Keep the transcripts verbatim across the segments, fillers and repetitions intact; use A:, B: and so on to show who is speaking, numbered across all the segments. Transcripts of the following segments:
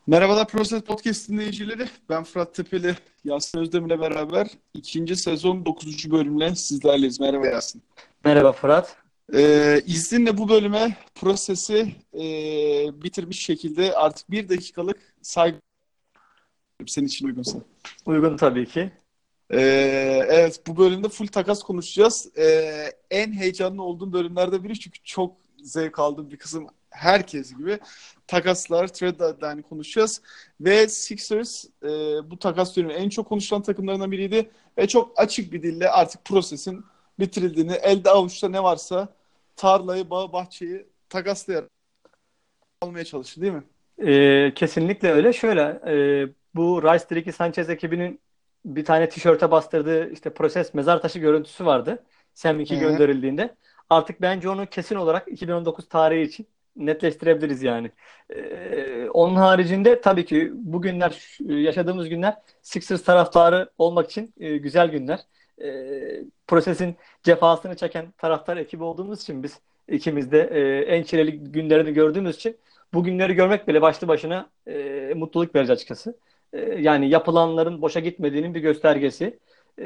A: Merhabalar Proses Podcast dinleyicileri. Ben Fırat Tepeli, Yasin Özdemir'le beraber ikinci sezon dokuzuncu bölümle sizlerleyiz. Merhaba Yasin.
B: Merhaba Fırat.
A: Ee, izninle bu bölüme prosesi e, bitirmiş şekilde artık bir dakikalık saygı senin için uygunsa.
B: Uygun tabii ki.
A: Ee, evet, bu bölümde full takas konuşacağız. Ee, en heyecanlı olduğum bölümlerde biri çünkü çok zevk aldığım bir kısım herkes gibi takaslar, trade deadline konuşacağız. Ve Sixers e, bu takas dönemi en çok konuşulan takımlarından biriydi. Ve çok açık bir dille artık prosesin bitirildiğini, elde avuçta ne varsa tarlayı, bağı, bahçeyi takaslayarak almaya çalıştı değil mi?
B: Ee, kesinlikle öyle. Şöyle e, bu Rice Tricky Sanchez ekibinin bir tane tişörte bastırdığı işte proses mezar taşı görüntüsü vardı. Sam
A: Hı
B: iki
A: hı.
B: gönderildiğinde. Artık bence onu kesin olarak iki bin on dokuz tarihi için netleştirebiliriz yani. Ee, onun haricinde tabii ki bugünler şu- yaşadığımız günler Sixers taraftarı olmak için e, güzel günler. Ee, prosesin cefasını çeken taraftar ekibi olduğumuz için biz ikimiz de e, en çileli günlerini gördüğümüz için bu günleri görmek bile başlı başına e, mutluluk verici açıkçası. E, yani yapılanların boşa gitmediğinin bir göstergesi.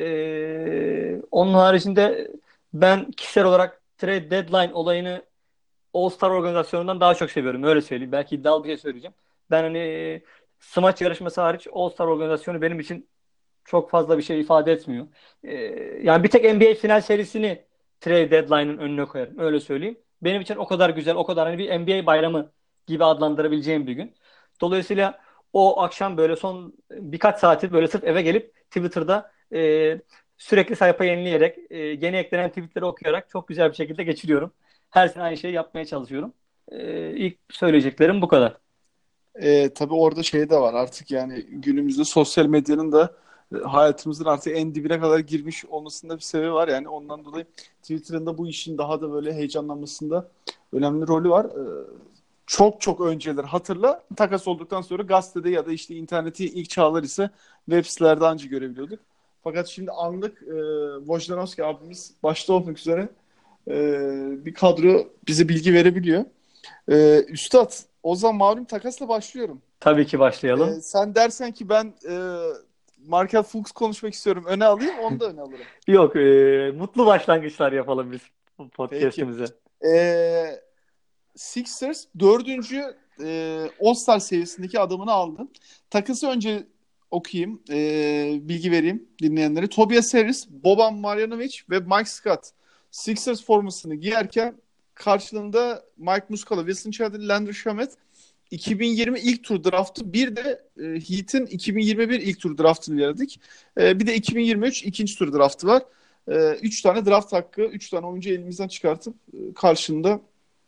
B: E, onun haricinde ben kişisel olarak trade deadline olayını All-Star organizasyonundan daha çok seviyorum. Öyle söyleyeyim. Belki iddialı bir şey söyleyeceğim. Ben hani e, smaç yarışması hariç All-Star organizasyonu benim için çok fazla bir şey ifade etmiyor. E, yani bir tek N B A final serisini trade deadline'ın önüne koyarım. Öyle söyleyeyim. Benim için o kadar güzel, o kadar hani bir N B A bayramı gibi adlandırabileceğim bir gün. Dolayısıyla o akşam böyle son birkaç saati böyle sırf eve gelip Twitter'da e, sürekli sayfa yenileyerek, e, yeni eklenen tweetleri okuyarak çok güzel bir şekilde geçiriyorum. Her sene aynı şeyi yapmaya çalışıyorum. E, ilk söyleyeceklerim bu kadar.
A: E, tabii orada şey de var artık yani günümüzde sosyal medyanın da e, hayatımızın artık en dibine kadar girmiş olmasında bir sebebi var. Yani ondan dolayı Twitter'ın da bu işin daha da böyle heyecanlanmasında önemli rolü var. E, çok çok önceler hatırla takas olduktan sonra gazetede ya da işte interneti ilk çağlar ise web sitelerde anca görebiliyorduk. Fakat şimdi anlık e, Wojnarowski abimiz başta olmak üzere e, bir kadro bize bilgi verebiliyor. Ee, Üstad, o zaman malum takasla başlıyorum.
B: Tabii ki
A: Ee,
B: başlayalım.
A: sen dersen ki ben e, Markel Fultz konuşmak istiyorum, öne alayım, onu da öne alırım.
B: Yok, e, mutlu başlangıçlar yapalım biz bu
A: Peki.
B: podcast'imize.
A: Ee, Sixers dördüncü e, All-Star seviyesindeki adamını aldı. Takası önce okuyayım, e, bilgi vereyim dinleyenlere. Tobias Harris, Boban Marjanovic ve Mike Scott Sixers formasını giyerken karşılığında Mike Muscala, Wilson Chandler, Landry Shamet iki bin yirmi ilk tur draftı, bir de e, Heat'in iki bin yirmi bir ilk tur draftını verdik. E, bir de iki bin yirmi üç ikinci tur draftı var. E, üç tane draft hakkı, üç tane oyuncu elimizden çıkartıp e, karşında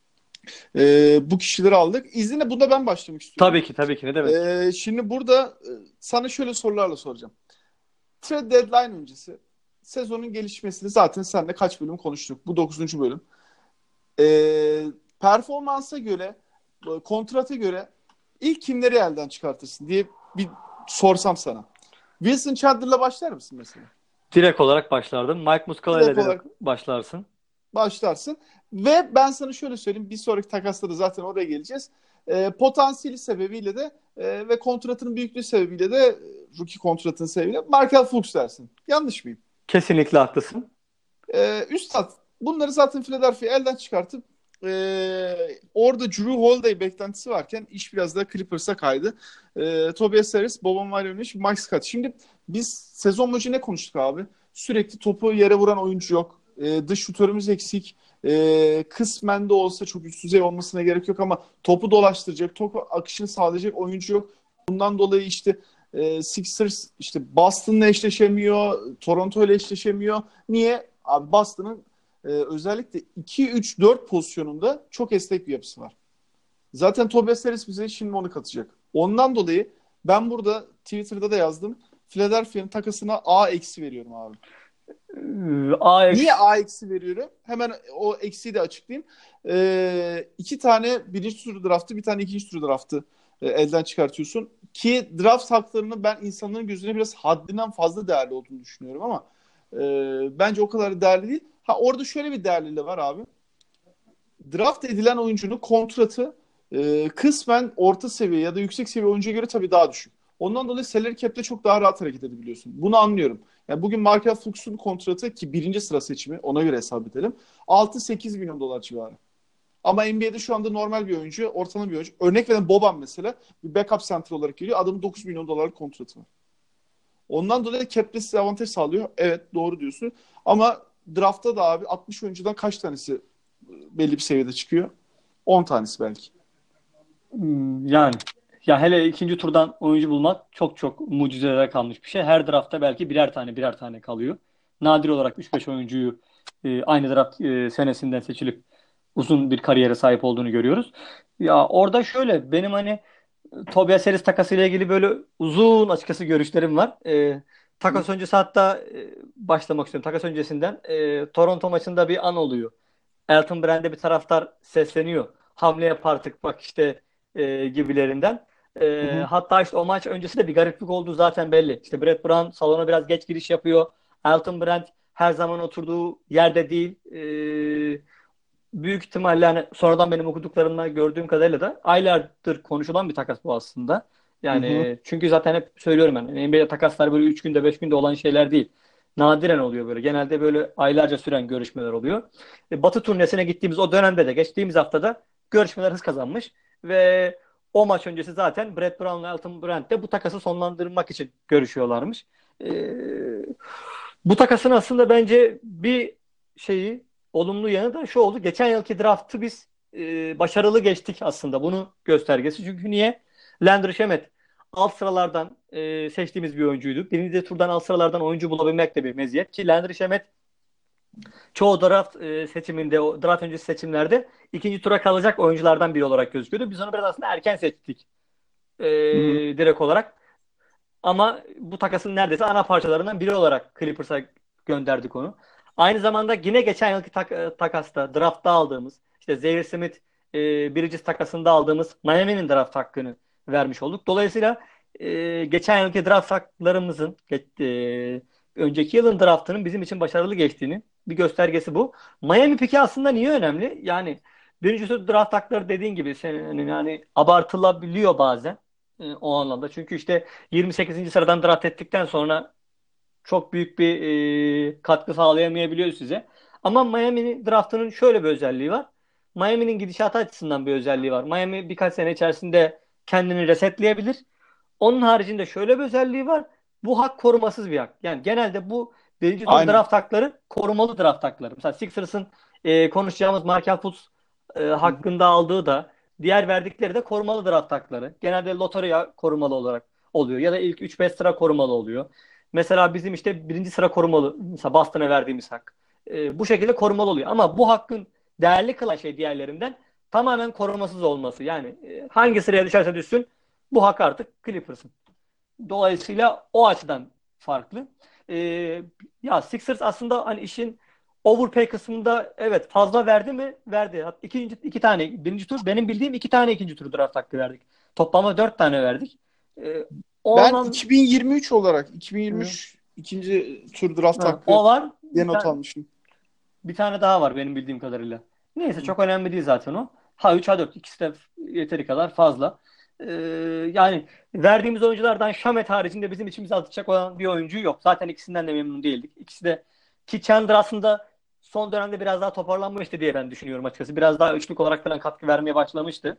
A: e, bu kişileri aldık. İzninle bunda ben başlamak istiyorum.
B: Tabii ki tabii ki ne demek.
A: E, şimdi burada e, sana şöyle sorularla soracağım. Trade deadline öncesi sezonun gelişmesini zaten seninle kaç bölüm konuştuk. Bu dokuzuncu bölüm. E, performansa göre, kontrata göre ilk kimleri elden çıkartırsın diye bir sorsam sana. Wilson Chandler'la başlar mısın mesela?
B: Direkt olarak başlardım. Mike Muscala ile
A: Direkt
B: direkt
A: olarak
B: başlarsın.
A: başlarsın. Ve ben sana şöyle söyleyeyim. Bir sonraki takasta da zaten oraya geleceğiz. E, potansiyeli sebebiyle de e, ve kontratının büyüklüğü sebebiyle de e, rookie kontratının sebebiyle Markel Fultz dersin. Yanlış mıyım?
B: Kesinlikle haklısın.
A: E, üstad bunları zaten Philadelphia elden çıkartıp e, orada Drew Holiday beklentisi varken iş biraz da Clippers'a kaydı. E, Tobias Harris, Boban Marjanovic, Mike Scott. Şimdi biz sezon boyunca ne konuştuk abi? Sürekli topu yere vuran oyuncu yok. E, dış şutörümüz eksik. E, kısmen de olsa çok üst düzey olmasına gerek yok ama topu dolaştıracak, topu akışını sağlayacak oyuncu yok. Bundan dolayı işte e, Sixers işte Boston'la eşleşemiyor, Toronto ile eşleşemiyor. Niye? Abi Boston'ın e, özellikle iki üç dört pozisyonunda çok esnek bir yapısı var. Zaten Tobias Harris bize şimdi onu katacak. Ondan dolayı ben burada Twitter'da da yazdım. Philadelphia'nın takasına A eksi veriyorum abi.
B: Ee, A
A: Niye
B: eksi
A: A eksi veriyorum? Hemen o eksiyi de açıklayayım. Ee, iki tane birinci tur draftı, bir tane ikinci tur draftı e, elden çıkartıyorsun. Ki draft haklarını ben insanların gözüne biraz haddinden fazla değerli olduğunu düşünüyorum ama e, bence o kadar değerli değil. Ha orada şöyle bir değerliliği var abi. Draft edilen oyuncunun kontratı e, kısmen orta seviye ya da yüksek seviye oyuncuya göre tabii daha düşük. Ondan dolayı salary cap'te çok daha rahat hareket edebiliyorsun. Bunu anlıyorum. Yani bugün Markel Fultz'un kontratı, ki birinci sıra seçimi, ona göre hesap edelim, altı sekiz milyon dolar civarı. Ama N B A'de şu anda normal bir oyuncu, ortalama bir oyuncu. Örnek veren Boban mesela bir backup center olarak geliyor. Adamın dokuz milyon dolarlık kontratı var. Ondan dolayı cap'te size avantaj sağlıyor. Evet, doğru diyorsun. Ama draftta da abi altmış oyuncudan kaç tanesi belli bir seviyede çıkıyor? on tanesi belki.
B: Hmm, Yani ya hele ikinci turdan oyuncu bulmak çok çok mucizelere kalmış bir şey. Her draftta belki birer tane birer tane kalıyor. Nadir olarak üç beş oyuncuyu e, aynı draft e, senesinden seçilip uzun bir kariyere sahip olduğunu görüyoruz. Ya orada şöyle benim hani Tobias Harris takasıyla ilgili böyle uzun açıkçası görüşlerim var. E,
A: Hı
B: takas öncesi hatta e, başlamak istiyorum. Takas öncesinden e, Toronto maçında bir an oluyor. Elton Brand'e bir taraftar sesleniyor. Hamle yap artık bak işte e, gibilerinden. E,
A: hı.
B: hatta işte o maç öncesi de bir gariplik olduğu zaten belli. İşte Brett Brown salona biraz geç giriş yapıyor. Elton Brand her zaman oturduğu yerde değil. E, büyük ihtimalle hani sonradan benim okuduklarımdan gördüğüm kadarıyla da aylardır konuşulan bir takas bu aslında.
A: Hı hı.
B: Yani çünkü zaten hep söylüyorum ben. N B A'de takaslar böyle üç günde beş günde olan şeyler değil. Nadiren oluyor böyle. Genelde böyle aylarca süren görüşmeler oluyor. E, Batı turnesine gittiğimiz o dönemde de geçtiğimiz haftada görüşmeler hız kazanmış ve o maç öncesi zaten Brett Brown'la Elton Brand de bu takası sonlandırmak için görüşüyorlarmış. E, bu takasın aslında bence bir şeyi olumlu yanı da şu oldu. Geçen yılki draftı biz e, başarılı geçtik aslında. Bunun göstergesi. Çünkü niye? Landry Shamet alt sıralardan e, seçtiğimiz bir oyuncuydu. Birinci turdan alt sıralardan oyuncu bulabilmek de bir meziyet. Ki Landry Shamet çoğu draft e, seçiminde, o draft öncesi seçimlerde ikinci tura kalacak oyunculardan biri olarak gözüküyordu. Biz onu biraz aslında erken seçtik e,
A: Hı hı.
B: direkt olarak. Ama bu takasın neredeyse ana parçalarından biri olarak Clippers'a gönderdik onu. Aynı zamanda yine geçen yılki tak- e, takasta, draftta aldığımız, işte Zaire Smith e, Bridges takasında aldığımız Miami'nin draft hakkını vermiş olduk. Dolayısıyla e, geçen yılki draft haklarımızın, e, önceki yılın draftının bizim için başarılı geçtiğini bir göstergesi bu. Miami peki aslında niye önemli? Yani birincisi draft hakları dediğin gibi senin yani abartılabiliyor bazen e, o anlamda. Çünkü işte yirmi sekizinci sıradan draft ettikten sonra çok büyük bir e, katkı sağlayamayabiliyor size. Ama Miami'nin draftının şöyle bir özelliği var. Miami'nin gidişatı açısından bir özelliği var. Miami birkaç sene içerisinde kendini resetleyebilir. Onun haricinde şöyle bir özelliği var. Bu hak korumasız bir hak. Yani genelde bu birinci tur
A: Aynen.
B: draft hakları korumalı draft hakları. Mesela Sixers'ın e, konuşacağımız Markel Fultz e,
A: Hı hı.
B: hakkında aldığı da diğer verdikleri de korumalı draft hakları. Genelde lotarya korumalı olarak oluyor. Ya da ilk üç beş sıra korumalı oluyor. Mesela bizim işte birinci sıra korumalı. Mesela Boston'a verdiğimiz hak. E, bu şekilde korumalı oluyor. Ama bu hakkın değerli kılan şey diğerlerinden tamamen korumasız olması. Yani e, hangi sıraya düşerse düşsün bu hak artık Clippers'ın. Dolayısıyla o açıdan farklı. Ee, ya Sixers aslında hani işin overpay kısmında evet fazla verdi mi? Verdi. Hatta ikinci, iki tane birinci tur benim bildiğim iki tane ikinci tur draft hakkı verdik. Toplamda dört tane verdik. Ee, o
A: Ben
B: anlam
A: iki bin yirmi üç olarak
B: Hı.
A: iki bin yirmi üç ikinci tur draft
B: Ha,
A: hakkı
B: o var.
A: diye
B: Bir
A: not
B: tane
A: almışım.
B: Bir tane daha var benim bildiğim kadarıyla. Neyse
A: Hı
B: çok önemli değil zaten o. Ha üç ha dört ikisi de yeteri kadar fazla. Ee, yani verdiğimiz oyunculardan Şamet haricinde bizim içimize atacak olan bir oyuncu yok. Zaten ikisinden de memnun değildik. İkisi de ki Chandler aslında son dönemde biraz daha toparlanmıştı diye ben düşünüyorum açıkçası. Biraz daha üçlük olarak falan katkı vermeye başlamıştı.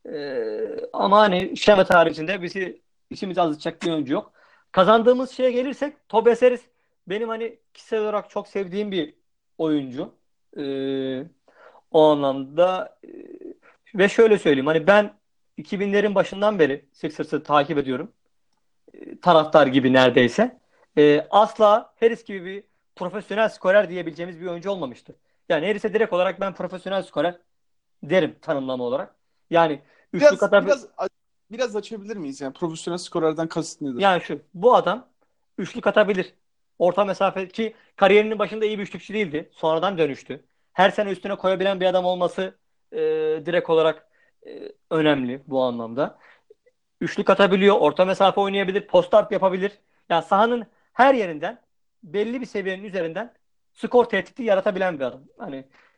B: Ee, ama hani Şamet haricinde bizi içimize azıtacak bir oyuncu yok. Kazandığımız şeye gelirsek Tobias Harris benim hani kişisel olarak çok sevdiğim bir oyuncu. Ee, o anlamda e, ve şöyle söyleyeyim hani ben iki binlerin başından beri Sixers'ı takip ediyorum. E, taraftar gibi neredeyse. E, asla Harris gibi bir profesyonel skorer diyebileceğimiz bir oyuncu olmamıştı. Yani Harris'e direkt olarak ben profesyonel skorer derim tanımlama olarak. Yani üçlük
A: Biraz
B: atabil
A: biraz biraz açabilir miyiz yani profesyonel skorerden kasıt nedir?
B: Yani şu, bu adam üçlük atabilir. Orta mesafe ki kariyerinin başında iyi bir üçlükçü değildi. Sonradan dönüştü. Her sene üstüne koyabilen bir adam olması e, direkt olarak e, önemli bu anlamda. Üçlük atabiliyor, orta mesafe oynayabilir, post up yapabilir. Yani sahanın her yerinden belli bir seviyenin üzerinden skor tehdidi yaratabilen bir adam. Hani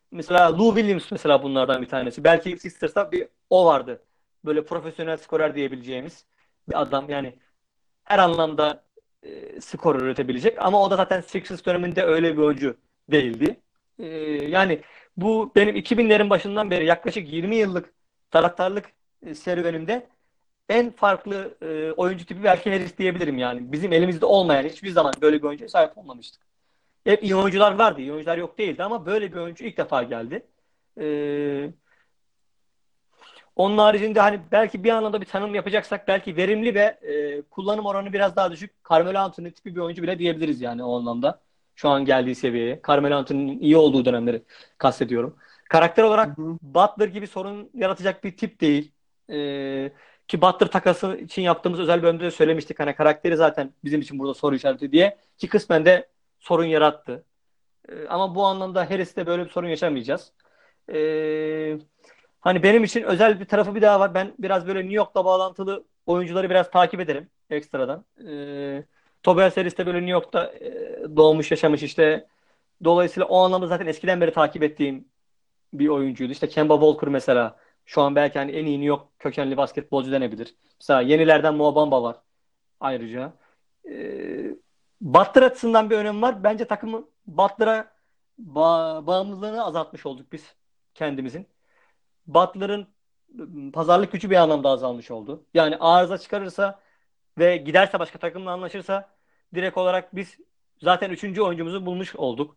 B: Mesela Lou Williams mesela bunlardan bir tanesi. Belki Sixers'ta bir o vardı. Böyle profesyonel skorer diyebileceğimiz bir adam. Yani her anlamda e, skor üretebilecek. Ama o da zaten Sixers döneminde öyle bir oyuncu değildi. E, yani bu benim iki binlerin başından beri yaklaşık yirmi yıllık taraftarlık e, serüvenimde en farklı e, oyuncu tipi belki Harris diyebilirim yani. Bizim elimizde olmayan hiçbir zaman böyle bir oyuncuya sahip olmamıştık. Hep iyi oyuncular vardı. İyi oyuncular yok değildi ama böyle bir oyuncu ilk defa geldi. Ee, Onun haricinde hani belki bir anlamda bir tanım yapacaksak belki verimli ve e, kullanım oranı biraz daha düşük Carmelo Anthony tipi bir oyuncu bile diyebiliriz yani o anlamda. Şu an geldiği seviyeye. Carmelo Anthony'nin iyi olduğu dönemleri kastediyorum. Karakter
A: Hı
B: olarak
A: hı.
B: Butler gibi sorun yaratacak bir tip değil. Ee, Ki Butler takası için yaptığımız özel bölümde de söylemiştik. Hani karakteri zaten bizim için burada soru işareti diye. Ki kısmen de sorun yarattı. Ee, ama bu anlamda Harris'te böyle bir sorun yaşamayacağız. Ee, Hani benim için özel bir tarafı bir daha var. Ben biraz böyle New York'la bağlantılı oyuncuları biraz takip ederim ekstradan. Ee, Tobias Harris de böyle New York'ta e, doğmuş, yaşamış işte. Dolayısıyla o anlamda zaten eskiden beri takip ettiğim bir oyuncuydu. İşte Kemba Walker mesela. Şu an belki hani en iyi New York kökenli basketbolcu denebilir. Mesela yenilerden Mo Bamba var ayrıca. Ee, Butler açısından bir önemi var. Bence takımın Butler'a ba- bağımlılığını azaltmış olduk biz kendimizin. Butler'ın ıı, pazarlık gücü bir anlamda azalmış oldu. Yani arıza çıkarırsa ve giderse başka takımla anlaşırsa direkt olarak biz zaten üçüncü oyuncumuzu bulmuş olduk.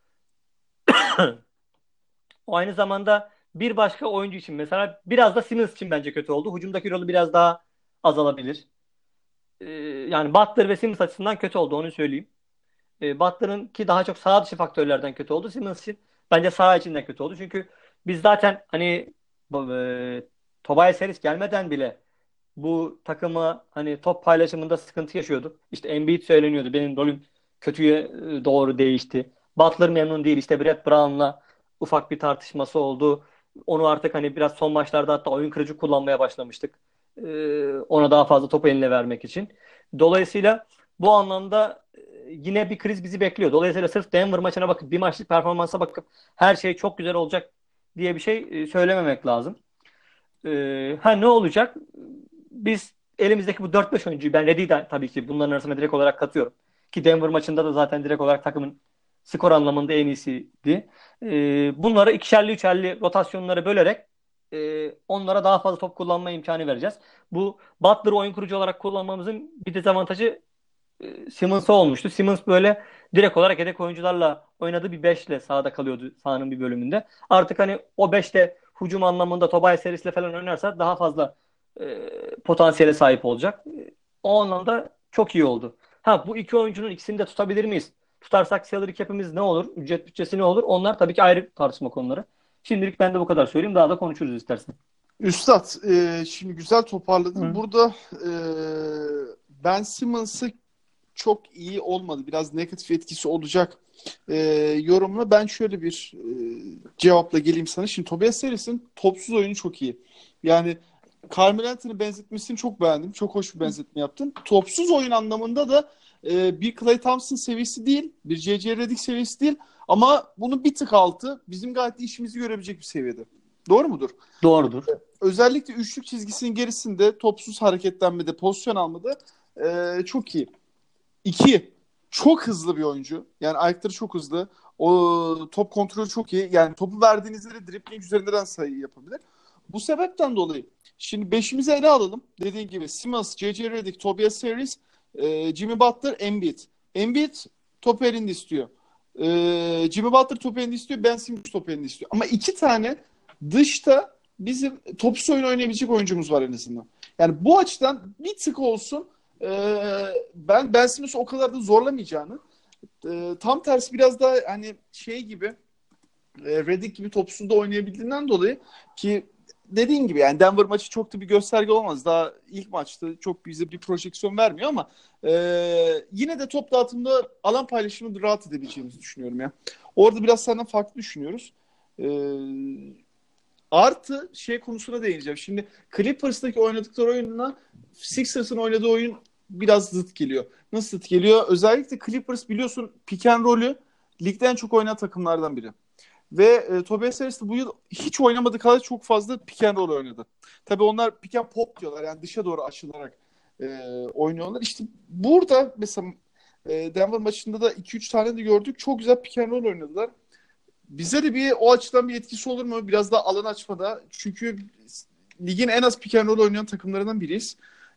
B: O aynı zamanda bir başka oyuncu için mesela biraz da Simmons için bence kötü oldu. Hücumdaki rolü biraz daha azalabilir. Ee, Yani Butler ve Simmons açısından kötü oldu onu söyleyeyim. E, Butler'ın ki daha çok sağ dışı faktörlerden kötü oldu. Simmons için bence sağ içinden kötü oldu. Çünkü biz zaten hani bu, e, Tobias Harris gelmeden bile bu takıma hani top paylaşımında sıkıntı yaşıyorduk. İşte Embiid söyleniyordu. Benim rolüm kötüye e, doğru değişti. Butler memnun değil. İşte Brett Brown'la ufak bir tartışması oldu. Onu artık hani biraz son maçlarda hatta oyun kırıcı kullanmaya başlamıştık. E, ona daha fazla topu eline vermek için. Dolayısıyla bu anlamda e, yine bir kriz bizi bekliyor. Dolayısıyla sırf Denver maçına bakıp bir maçlık performansa bakıp her şey çok güzel olacak diye bir şey e, söylememek lazım. Ee, ha ne olacak? Biz elimizdeki bu dört beş oyuncuyu ben Reddy'yi de tabii ki bunların arasına direkt olarak katıyorum. Ki Denver maçında da zaten direkt olarak takımın skor anlamında en iyisiydi. Ee, bunları ikişerli üçerli rotasyonları bölerek e, onlara daha fazla top kullanma imkanı vereceğiz. Bu Butler'ı oyun kurucu olarak kullanmamızın bir dezavantajı e, Simmons'a olmuştu. Simmons böyle direkt olarak yedek oyuncularla oynadığı bir beşle sahada kalıyordu sahanın bir bölümünde. Artık hani o beşte hücum anlamında Tobias Harris'le falan oynarsa daha fazla e, potansiyele sahip olacak. E, O anlamda çok iyi oldu. Ha bu iki oyuncunun ikisini de tutabilir miyiz? Tutarsak salary cap'imiz ne olur? Ücret bütçesi ne olur? Onlar tabii ki ayrı tartışma konuları. Şimdilik ben de bu kadar söyleyeyim. Daha da konuşuruz istersen.
A: Üstad, e, şimdi güzel toparladın.
B: Hı.
A: Burada e, Ben Simmons'ı çok iyi olmadı. Biraz negatif etkisi olacak e, yorumla. Ben şöyle bir e, cevapla geleyim sana. Şimdi Tobias Harris'in topsuz oyunu çok iyi. Yani Carmelo Anthony benzetmesini çok beğendim. Çok hoş bir benzetme yaptın. Topsuz oyun anlamında da e, bir Klay Thompson seviyesi değil, bir C C. Redick seviyesi değil. Ama bunun bir tık altı bizim gayet de işimizi görebilecek bir seviyede. Doğru mudur?
B: Doğrudur.
A: Özellikle üçlük çizgisinin gerisinde topsuz hareketlenmede, pozisyon almada e, çok iyi. İki, çok hızlı bir oyuncu. Yani ayakları çok hızlı. O top kontrolü çok iyi. Yani topu verdiğinizde de dribbling üzerinden sayı yapabilir. Bu sebepten dolayı şimdi beşimizi ele alalım. Dediğim gibi Simmons, C C. Redick, Tobias Harris, e, Jimmy Butler, Embiid. Embiid top elinde istiyor. E, Jimmy Butler top elinde istiyor. Ben Simmons top elinde istiyor. Ama iki tane dışta bizim topsuz oyun oynayabilecek oyuncumuz var en azından. Yani bu açıdan bir tık olsun ee, ben Ben Simmons'ı o kadar da zorlamayacağını, e, tam tersi biraz daha hani şey gibi, e, Redick gibi topsuzda oynayabildiğinden dolayı ki dediğin gibi yani Denver maçı çok da bir gösterge olmaz. Daha ilk maçta çok bize bir projeksiyon vermiyor ama e, yine de top dağıtımında alan paylaşımını rahat edebileceğimizi düşünüyorum ya. Orada biraz senden farklı düşünüyoruz. E, Artı şey konusuna değineceğim. Şimdi Clippers'taki oynadıkları oyununa Sixers'ın oynadığı oyun biraz zıt geliyor. Nasıl zıt geliyor? Özellikle Clippers biliyorsun pick and roll'ü ligden çok oynayan takımlardan biri. Ve e, Tobias Harris de bu yıl hiç oynamadığı kadar çok fazla pick and roll oynadı. Tabii onlar pick and pop diyorlar. Yani dışa doğru açılarak e, oynuyorlar. İşte burada mesela e, Denver maçında da iki üç tane de gördük. Çok güzel pick and roll oynadılar. Bize de bir o açıdan bir etkisi olur mu? Biraz daha alan açmada. Çünkü ligin en az pick and roll oynayan takımlarından biriyiz.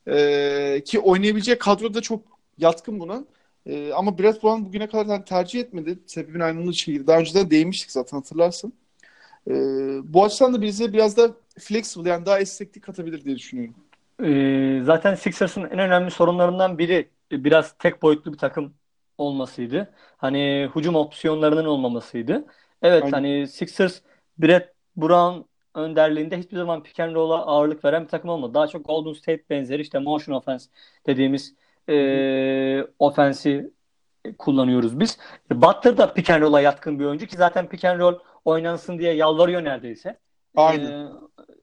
A: Ee, ki oynayabilecek kadro da çok yatkın buna. Ee, ama Brett Brown bugüne kadar hani tercih etmedi. Sebebin ayrıldığı şeydi. Daha önce de değinmiştik zaten, hatırlarsın. Ee, bu açıdan da bize biraz da flexible, yani daha esneklik katabilir diye düşünüyorum.
B: Ee, zaten Sixers'ın en önemli sorunlarından biri e, biraz tek boyutlu bir takım olmasıydı. Hani hücum opsiyonlarının olmamasıydı. Evet,
A: Aynen.
B: hani Sixers Brett Brown önderliğinde hiçbir zaman pick and roll'a ağırlık veren bir takım olmadı. Daha çok Golden State benzeri işte motion offense dediğimiz
A: Hı hı.
B: e, ofensi kullanıyoruz biz. E, Butler da pick and roll'a yatkın bir oyuncu ki zaten pick and roll oynansın diye yalvarıyor neredeyse.
A: Aynen.
B: E,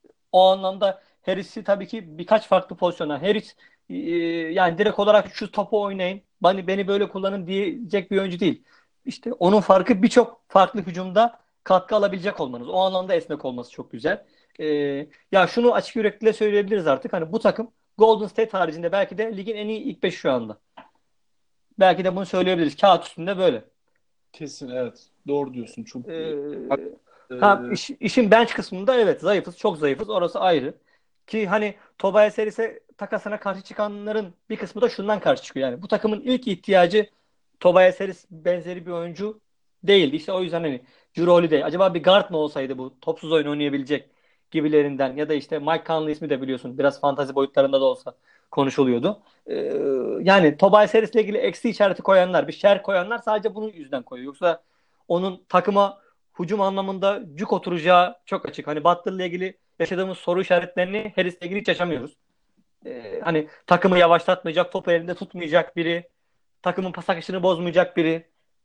B: O anlamda Harris'i tabii ki birkaç farklı pozisyona. Harris e, yani direkt olarak şu topu oynayın, beni, beni böyle kullanın diyecek bir oyuncu değil. İşte onun farkı birçok farklı hücumda katkı alabilecek olmanız. O anlamda esnek olması çok güzel. E, Ya şunu açık yürekliyle söyleyebiliriz artık. Hani bu takım Golden State haricinde belki de ligin en iyi ilk beş şu anda. Belki de bunu söyleyebiliriz. Kağıt üstünde böyle.
A: Kesin, evet. Doğru diyorsun. Çok
B: Ee,
A: e,
B: ha, iş- işin bench kısmında evet zayıfız, çok zayıfız. Orası ayrı. Ki hani Tobias Harris'e takasına karşı çıkanların bir kısmı da şundan karşı çıkıyor. Yani bu takımın ilk ihtiyacı Tobias Harris benzeri bir oyuncu değildi. İşte o yüzden hani Jrue Holiday acaba bir guard mı olsaydı bu topsuz oyun oynayabilecek gibilerinden, ya da işte Mike Conley ismi de biliyorsun biraz fantazi boyutlarında da olsa konuşuluyordu. Ee, Yani Tobias Harris'le ilgili eksi işareti koyanlar, bir şer koyanlar sadece bunun yüzden koyuyor. Yoksa onun takıma hücum anlamında cuk oturacağı çok açık. Hani Butler'la ilgili yaşadığımız soru işaretlerini Harris'le ilgili hiç yaşamıyoruz. Ee, hani takımı yavaşlatmayacak, topu elinde tutmayacak biri, takımın pas akışını bozmayacak biri.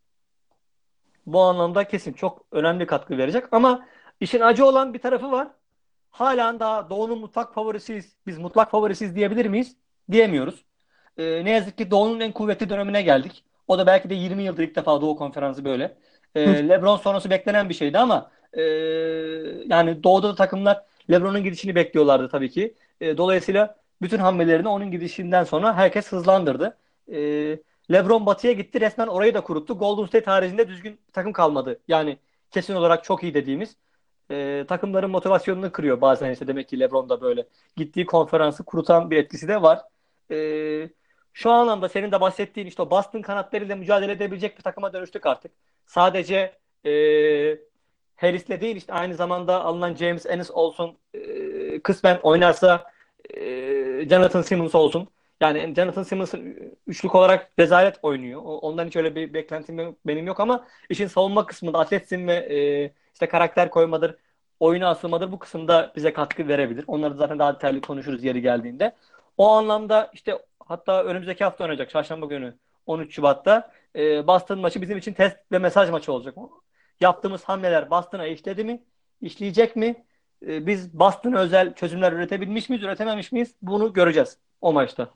B: Bu anlamda kesin çok önemli katkı verecek. Ama işin acı olan bir tarafı var. Halen daha Doğu'nun mutlak favorisiyiz. Biz mutlak favorisiyiz diyebilir miyiz? Diyemiyoruz. Ee, ne yazık ki Doğu'nun en kuvvetli dönemine geldik. O da belki de yirmi yıldır ilk defa Doğu Konferansı böyle. Ee, LeBron sonrası beklenen bir şeydi ama e, yani Doğu'da da takımlar LeBron'un gidişini bekliyorlardı tabii ki. E, dolayısıyla bütün hamlelerini onun gidişinden sonra herkes hızlandırdı. E, LeBron Batı'ya gitti, resmen orayı da kuruttu. Golden State haricinde düzgün bir takım kalmadı. Yani kesin olarak çok iyi dediğimiz e, takımların motivasyonunu kırıyor bazen, işte demek ki LeBron da böyle. Gittiği konferansı kurutan bir etkisi de var. E, Şu anlamda senin de bahsettiğin işte o Boston kanatlarıyla mücadele edebilecek bir takıma dönüştük artık. Sadece e, Harris'le değil, işte aynı zamanda alınan James Ennis olsun, e, kısmen oynarsa e, Jonathan Simmons olsun. Yani Jonathan Simmons'ın üçlük olarak rezalet oynuyor. O- Ondan hiç öyle bir beklentim benim yok ama işin savunma kısmında atletizm ve e, işte karakter koymadır, oyuna asılmadır, bu kısımda bize katkı verebilir. Onları da zaten daha detaylı konuşuruz yeri geldiğinde. O anlamda işte hatta önümüzdeki hafta oynayacak Çarşamba günü on üç Şubat'ta e, Boston maçı bizim için test ve mesaj maçı olacak. Yaptığımız hamleler Boston'a işledi mi? İşleyecek mi? E, biz Boston'a özel çözümler üretebilmiş miyiz, üretememiş miyiz? Bunu göreceğiz o maçta.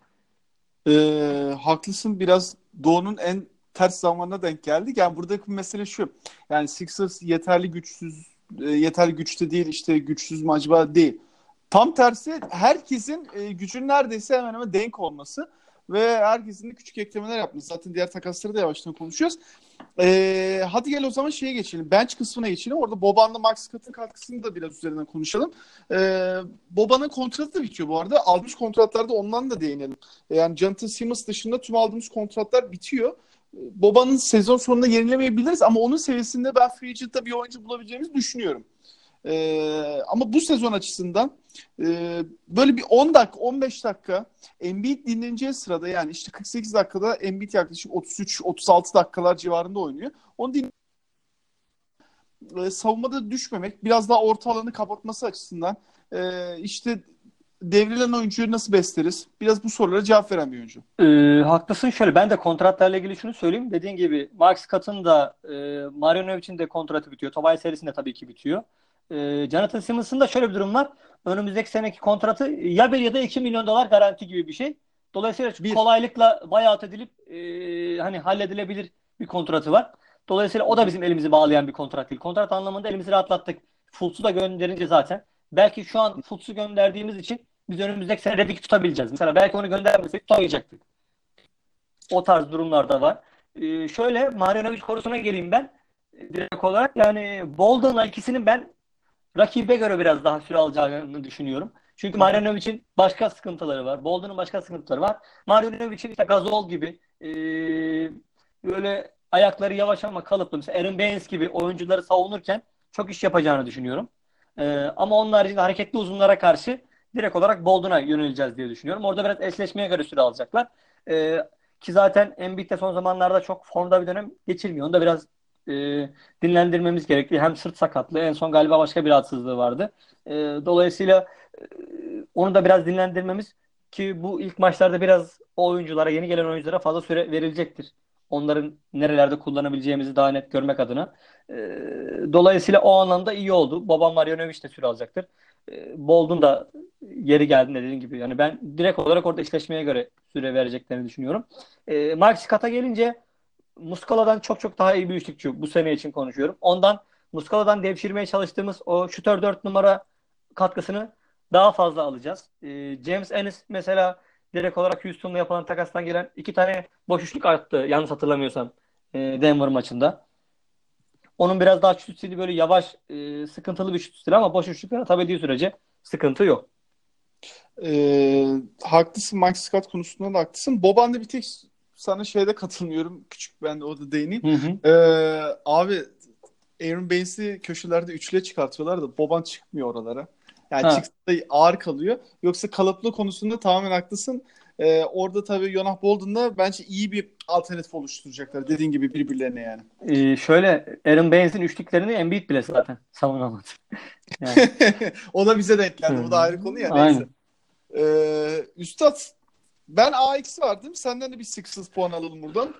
A: Ee, haklısın, biraz Doğu'nun en ters zamanına denk geldik. Yani buradaki mesele şu. Yani Sixers yeterli güçsüz, e, yeterli güçte değil, işte güçsüz mü acaba değil. Tam tersi, herkesin e, gücün neredeyse hemen hemen denk olması ve herkesin de küçük eklemeler yapması. Zaten diğer takasları da yavaştan konuşuyoruz. Ee, hadi gel o zaman şeye geçelim. Bench kısmına geçelim. Orada Boban'la Max Scott'ın katkısını da biraz üzerinden konuşalım. Ee, Boban'ın kontratı da bitiyor bu arada. Aldığımız kontratlarda ondan da değinelim. Yani Jonathan Simmons dışında tüm aldığımız kontratlar bitiyor. Boban'ın sezon sonunda yenilemeyebiliriz ama onun seviyesinde ben free agent'ta bir oyuncu bulabileceğimizi düşünüyorum. Ee, ama bu sezon açısından e, böyle bir on dakika on beş dakika Embiid dinleneceği sırada, yani işte kırk sekiz dakikada Embiid yaklaşık otuz üç otuz altı dakikalar civarında oynuyor. Onu din e, savunmada düşmemek, biraz daha orta alanı kapatması açısından e, işte devrilen oyuncuyu nasıl besleriz? Biraz bu sorulara cevap veren bir oyuncu.
B: Ee, haklısın. Şöyle, ben de kontratlarla ilgili şunu söyleyeyim. Dediğin gibi Max Scott'ın da e, Marjanovic'in de kontratı bitiyor. Tobias Harris'in de tabii ki bitiyor. E, Jonathan Simmons'ın da şöyle bir durum var. Önümüzdeki seneki kontratı ya bir ya da iki milyon dolar garanti gibi bir şey. Dolayısıyla
A: Bir.
B: kolaylıkla buyout edilip e, hani halledilebilir bir kontratı var. Dolayısıyla
A: Hı
B: o da
A: hı.
B: bizim elimizi bağlayan bir kontrat değil. Kontrat anlamında elimizi rahatlattık. Fultz'u da gönderince zaten belki şu an Fultz'u gönderdiğimiz için biz önümüzdeki sene Reddick'i tutabileceğiz. Mesela belki onu göndermesek tutamayacaktık. O tarz durumlar da var. Ee, şöyle Marjanovic konusuna geleyim ben. Ee, Direkt olarak yani Bolden'la ikisinin ben rakibe göre biraz daha süre alacağını düşünüyorum. Çünkü
A: Hı hı.
B: Marjanovic'in başka sıkıntıları var. Bolden'ın başka sıkıntıları var. Marjanovic'in işte Gasol gibi e, böyle ayakları yavaş ama kalıplı. Mesela Aaron Baines gibi oyuncuları savunurken çok iş yapacağını düşünüyorum. E, ama onun haricinde hareketli uzunlara karşı direkt olarak Bolden'a yöneleceğiz diye düşünüyorum. Orada biraz eşleşmeye göre süre alacaklar. E, ki zaten Embiid de son zamanlarda çok formda bir dönem geçirmiyor. Onu da biraz e, dinlendirmemiz gerekli. Hem sırt sakatlığı, en son galiba başka bir rahatsızlığı vardı. E, dolayısıyla e, onu da biraz dinlendirmemiz ki bu ilk maçlarda biraz o oyunculara, yeni gelen oyunculara fazla süre verilecektir. Onların nerelerde kullanabileceğimizi daha net görmek adına. E, dolayısıyla o anlamda iyi oldu. Babam Marjanovic de süre alacaktır. E, Bolden da yeri geldiğinde dediğim gibi. Yani ben direkt olarak orada eşleşmeye göre süre vereceklerini düşünüyorum. E, Mark Scott'a gelince Muskala'dan çok çok daha iyi bir üçlükçü. Bu sene için konuşuyorum. Ondan Muskala'dan devşirmeye çalıştığımız o şutör dört numara katkısını daha fazla alacağız. Ee, James Ennis mesela direkt olarak Houston'la yapılan takastan gelen iki tane boş üçlük attı. Yanlış hatırlamıyorsam e, Denver maçında. Onun biraz daha şut stili böyle yavaş, e, sıkıntılı bir şut stili ama boş üçlükler atabildiği sürece sıkıntı yok.
A: Ee, haklısın, Mike Scott konusunda da haklısın. Boban'da bir tek sana şeyde katılmıyorum. Küçük ben de orada değineyim.
B: Hı hı.
A: Ee, abi Aaron Baines'i köşelerde üçle çıkartıyorlar da Boban çıkmıyor oralara. Yani
B: Ha,
A: çıksa da ağır kalıyor. Yoksa kalıplı konusunda tamamen haklısın. Ee, orada tabii Jonah Bolden'da bence iyi bir alternatif oluşturacaklar. Dediğin gibi birbirlerine yani.
B: e, şöyle Aaron Baines'in üçlüklerini Embiid bile zaten savunamadı. Yani.
A: O da bize denk geldi.
B: Hı.
A: Bu da ayrı konu ya. Neyse.
B: Aynen.
A: Ee, Üstad, ben A eksi verdim. Senden de bir Sixers puan alalım buradan.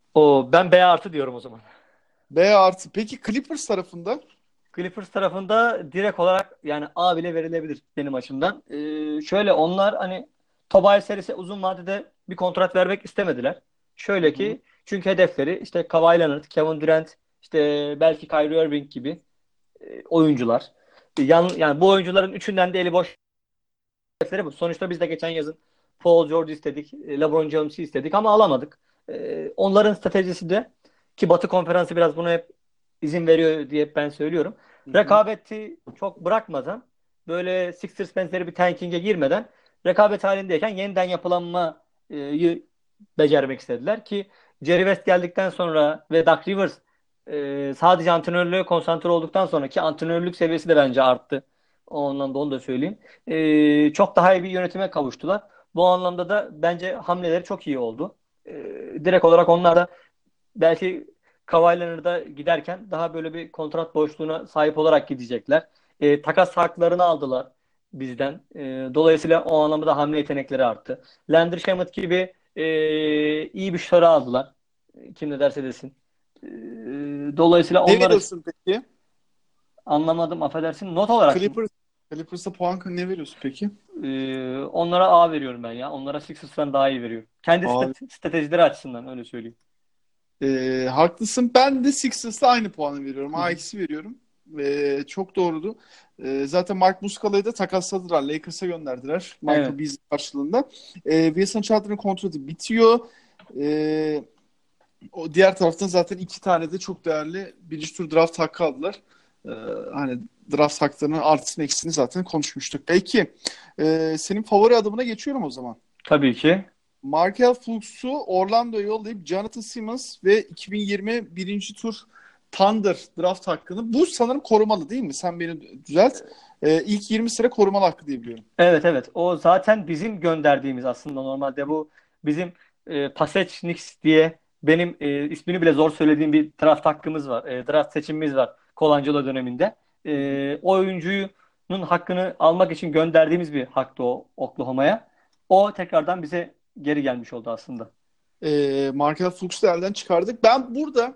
B: O ben B artı diyorum o zaman.
A: B artı. Peki Clippers tarafında?
B: Clippers tarafında direkt olarak yani A bile verilebilir benim açımdan. Ee, şöyle onlar hani Tobias serisi uzun vadede bir kontrat vermek istemediler.
A: Hı
B: Şöyle
A: hı.
B: ki çünkü hedefleri işte Kawhi Leonard, Kevin Durant, işte belki Kyrie Irving gibi e, oyuncular. Yan, yani bu oyuncuların üçünden de eli boş hedefleri bu. Sonuçta biz de geçen yazın Paul George istedik, e, LeBron James'i istedik ama alamadık. Ee, onların stratejisi de ki Batı Konferansı biraz buna hep izin veriyor diye ben söylüyorum.
A: Hı hı.
B: Rekabeti çok bırakmadan böyle Sixers benzeri bir tanking'e girmeden rekabet halindeyken yeniden yapılanmayı becermek istediler ki Jerry West geldikten sonra ve Doug Rivers e, sadece antrenörlüğe konsantre olduktan sonra ki antrenörlük seviyesi de bence arttı. O anlamda onu da söyleyeyim. E, çok daha iyi bir yönetime kavuştular. Bu anlamda da bence hamleleri çok iyi oldu. E, direkt olarak onlar da belki Kawhi Leonard'a giderken daha böyle bir kontrat boşluğuna sahip olarak gidecekler. E, takas haklarını aldılar bizden. E, dolayısıyla o anlamda hamle yetenekleri arttı. Landry Shamet gibi e, iyi bir şutörü aldılar. E, Kim ne derse desin. E, dolayısıyla
A: Ne
B: onlara
A: veriyorsun peki?
B: anlamadım affedersin. Not olarak mı?
A: Clippers, Clippers'a puan ne veriyorsun peki?
B: E, onlara A veriyorum ben ya. Onlara Sixers'tan daha iyi veriyorum. Kendi
A: Abi,
B: strate- stratejileri açısından öyle söyleyeyim.
A: e, haklısın. Ben de Sixers'a aynı puanı veriyorum.
B: Hı
A: A
B: hı.
A: eksi veriyorum. E, çok doğrudu. E, zaten Mark Muscala'yı da takasladılar. Lakers'a gönderdiler.
B: Evet.
A: Michael Beasley karşılığında. E, Wilson Chandler'ın kontratı bitiyor. E, o diğer taraftan zaten iki tane de çok değerli birinci tur draft hakkı aldılar. E, hani draft haklarının artısını eksisini zaten konuşmuştuk. Peki. E, senin favori adımına geçiyorum o zaman.
B: Tabii ki.
A: Markel Fultz'u Orlando'ya yollayıp Jonathan Simmons ve iki bin yirmi birinci tur Thunder draft hakkını. Bu sanırım korumalı değil mi? Sen beni düzelt. Ee, ilk yirmi sıra korumalı hakkı diye biliyorum.
B: Evet, evet. O zaten bizim gönderdiğimiz aslında normalde bu bizim e, Pasechniks diye benim e, ismini bile zor söylediğim bir draft hakkımız var. E, draft seçimimiz var Colangelo döneminde.
A: Hı hı.
B: E, o oyuncunun hakkını almak için gönderdiğimiz bir haktı o Oklahoma'ya. O tekrardan bize geri gelmiş oldu aslında.
A: Ee, Markel Fultz'u da elden çıkardık. Ben burada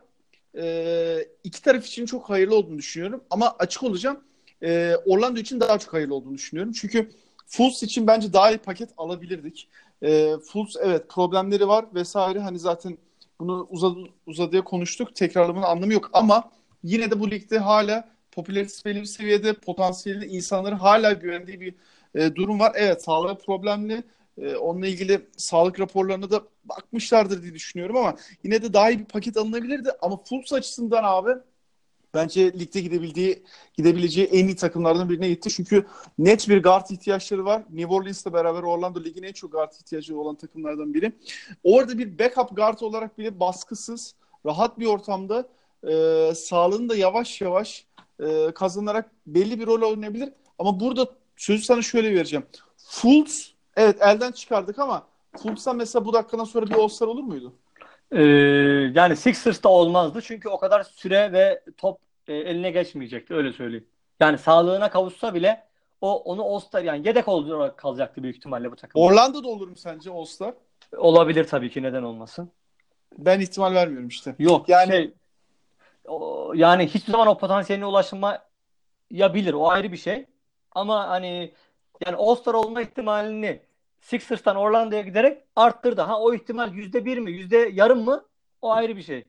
A: e, iki taraf için çok hayırlı olduğunu düşünüyorum. Ama açık olacağım. E, Orlando için daha çok hayırlı olduğunu düşünüyorum. Çünkü Fultz için bence daha iyi paket alabilirdik. E, Fultz evet problemleri var vesaire. Hani zaten Bunu uzadı, uzadıya konuştuk. Tekrarlamanın anlamı yok ama yine de bu ligde hala popülaritesi belli bir seviyede, potansiyeli insanların hala güvendiği bir e, durum var. Evet, sağlığı problemli. E, onunla ilgili sağlık raporlarına da bakmışlardır diye düşünüyorum ama yine de daha iyi bir paket alınabilirdi. Ama Fultz açısından abi bence ligde gidebildiği gidebileceği en iyi takımlardan birine gitti. Çünkü net bir guard ihtiyaçları var. New Orleans'la beraber Orlando ligin en çok guard ihtiyacı olan takımlardan biri. Orada bir backup guard olarak bile baskısız, rahat bir ortamda e, sağlığını da yavaş yavaş e, kazanarak belli bir rol oynayabilir. Ama burada sözü sana şöyle vereceğim. Fultz, evet elden çıkardık ama Fultz'tan mesela bu dakikadan sonra bir All-Star olur muydu?
B: Ee, Yani Sixers'ta olmazdı çünkü o kadar süre ve top e, eline geçmeyecekti, öyle söyleyeyim. Yani sağlığına kavuşsa bile o onu All-Star, yani yedek olarak kalacaktı büyük ihtimalle bu takımda.
A: Orlando'da olur mu sence All-Star?
B: Olabilir tabii ki, neden olmasın.
A: Ben ihtimal vermiyorum işte.
B: Yok
A: Yani
B: şey o- yani hiçbir zaman o potansiyeline ulaşmayabilir, o ayrı bir şey. Ama hani yani All-Star olma ihtimalini Sixers'tan Orlando'ya giderek arttırdı. Ha, o ihtimal yüzde bir mi, yüzde yarım mı? O ayrı bir şey.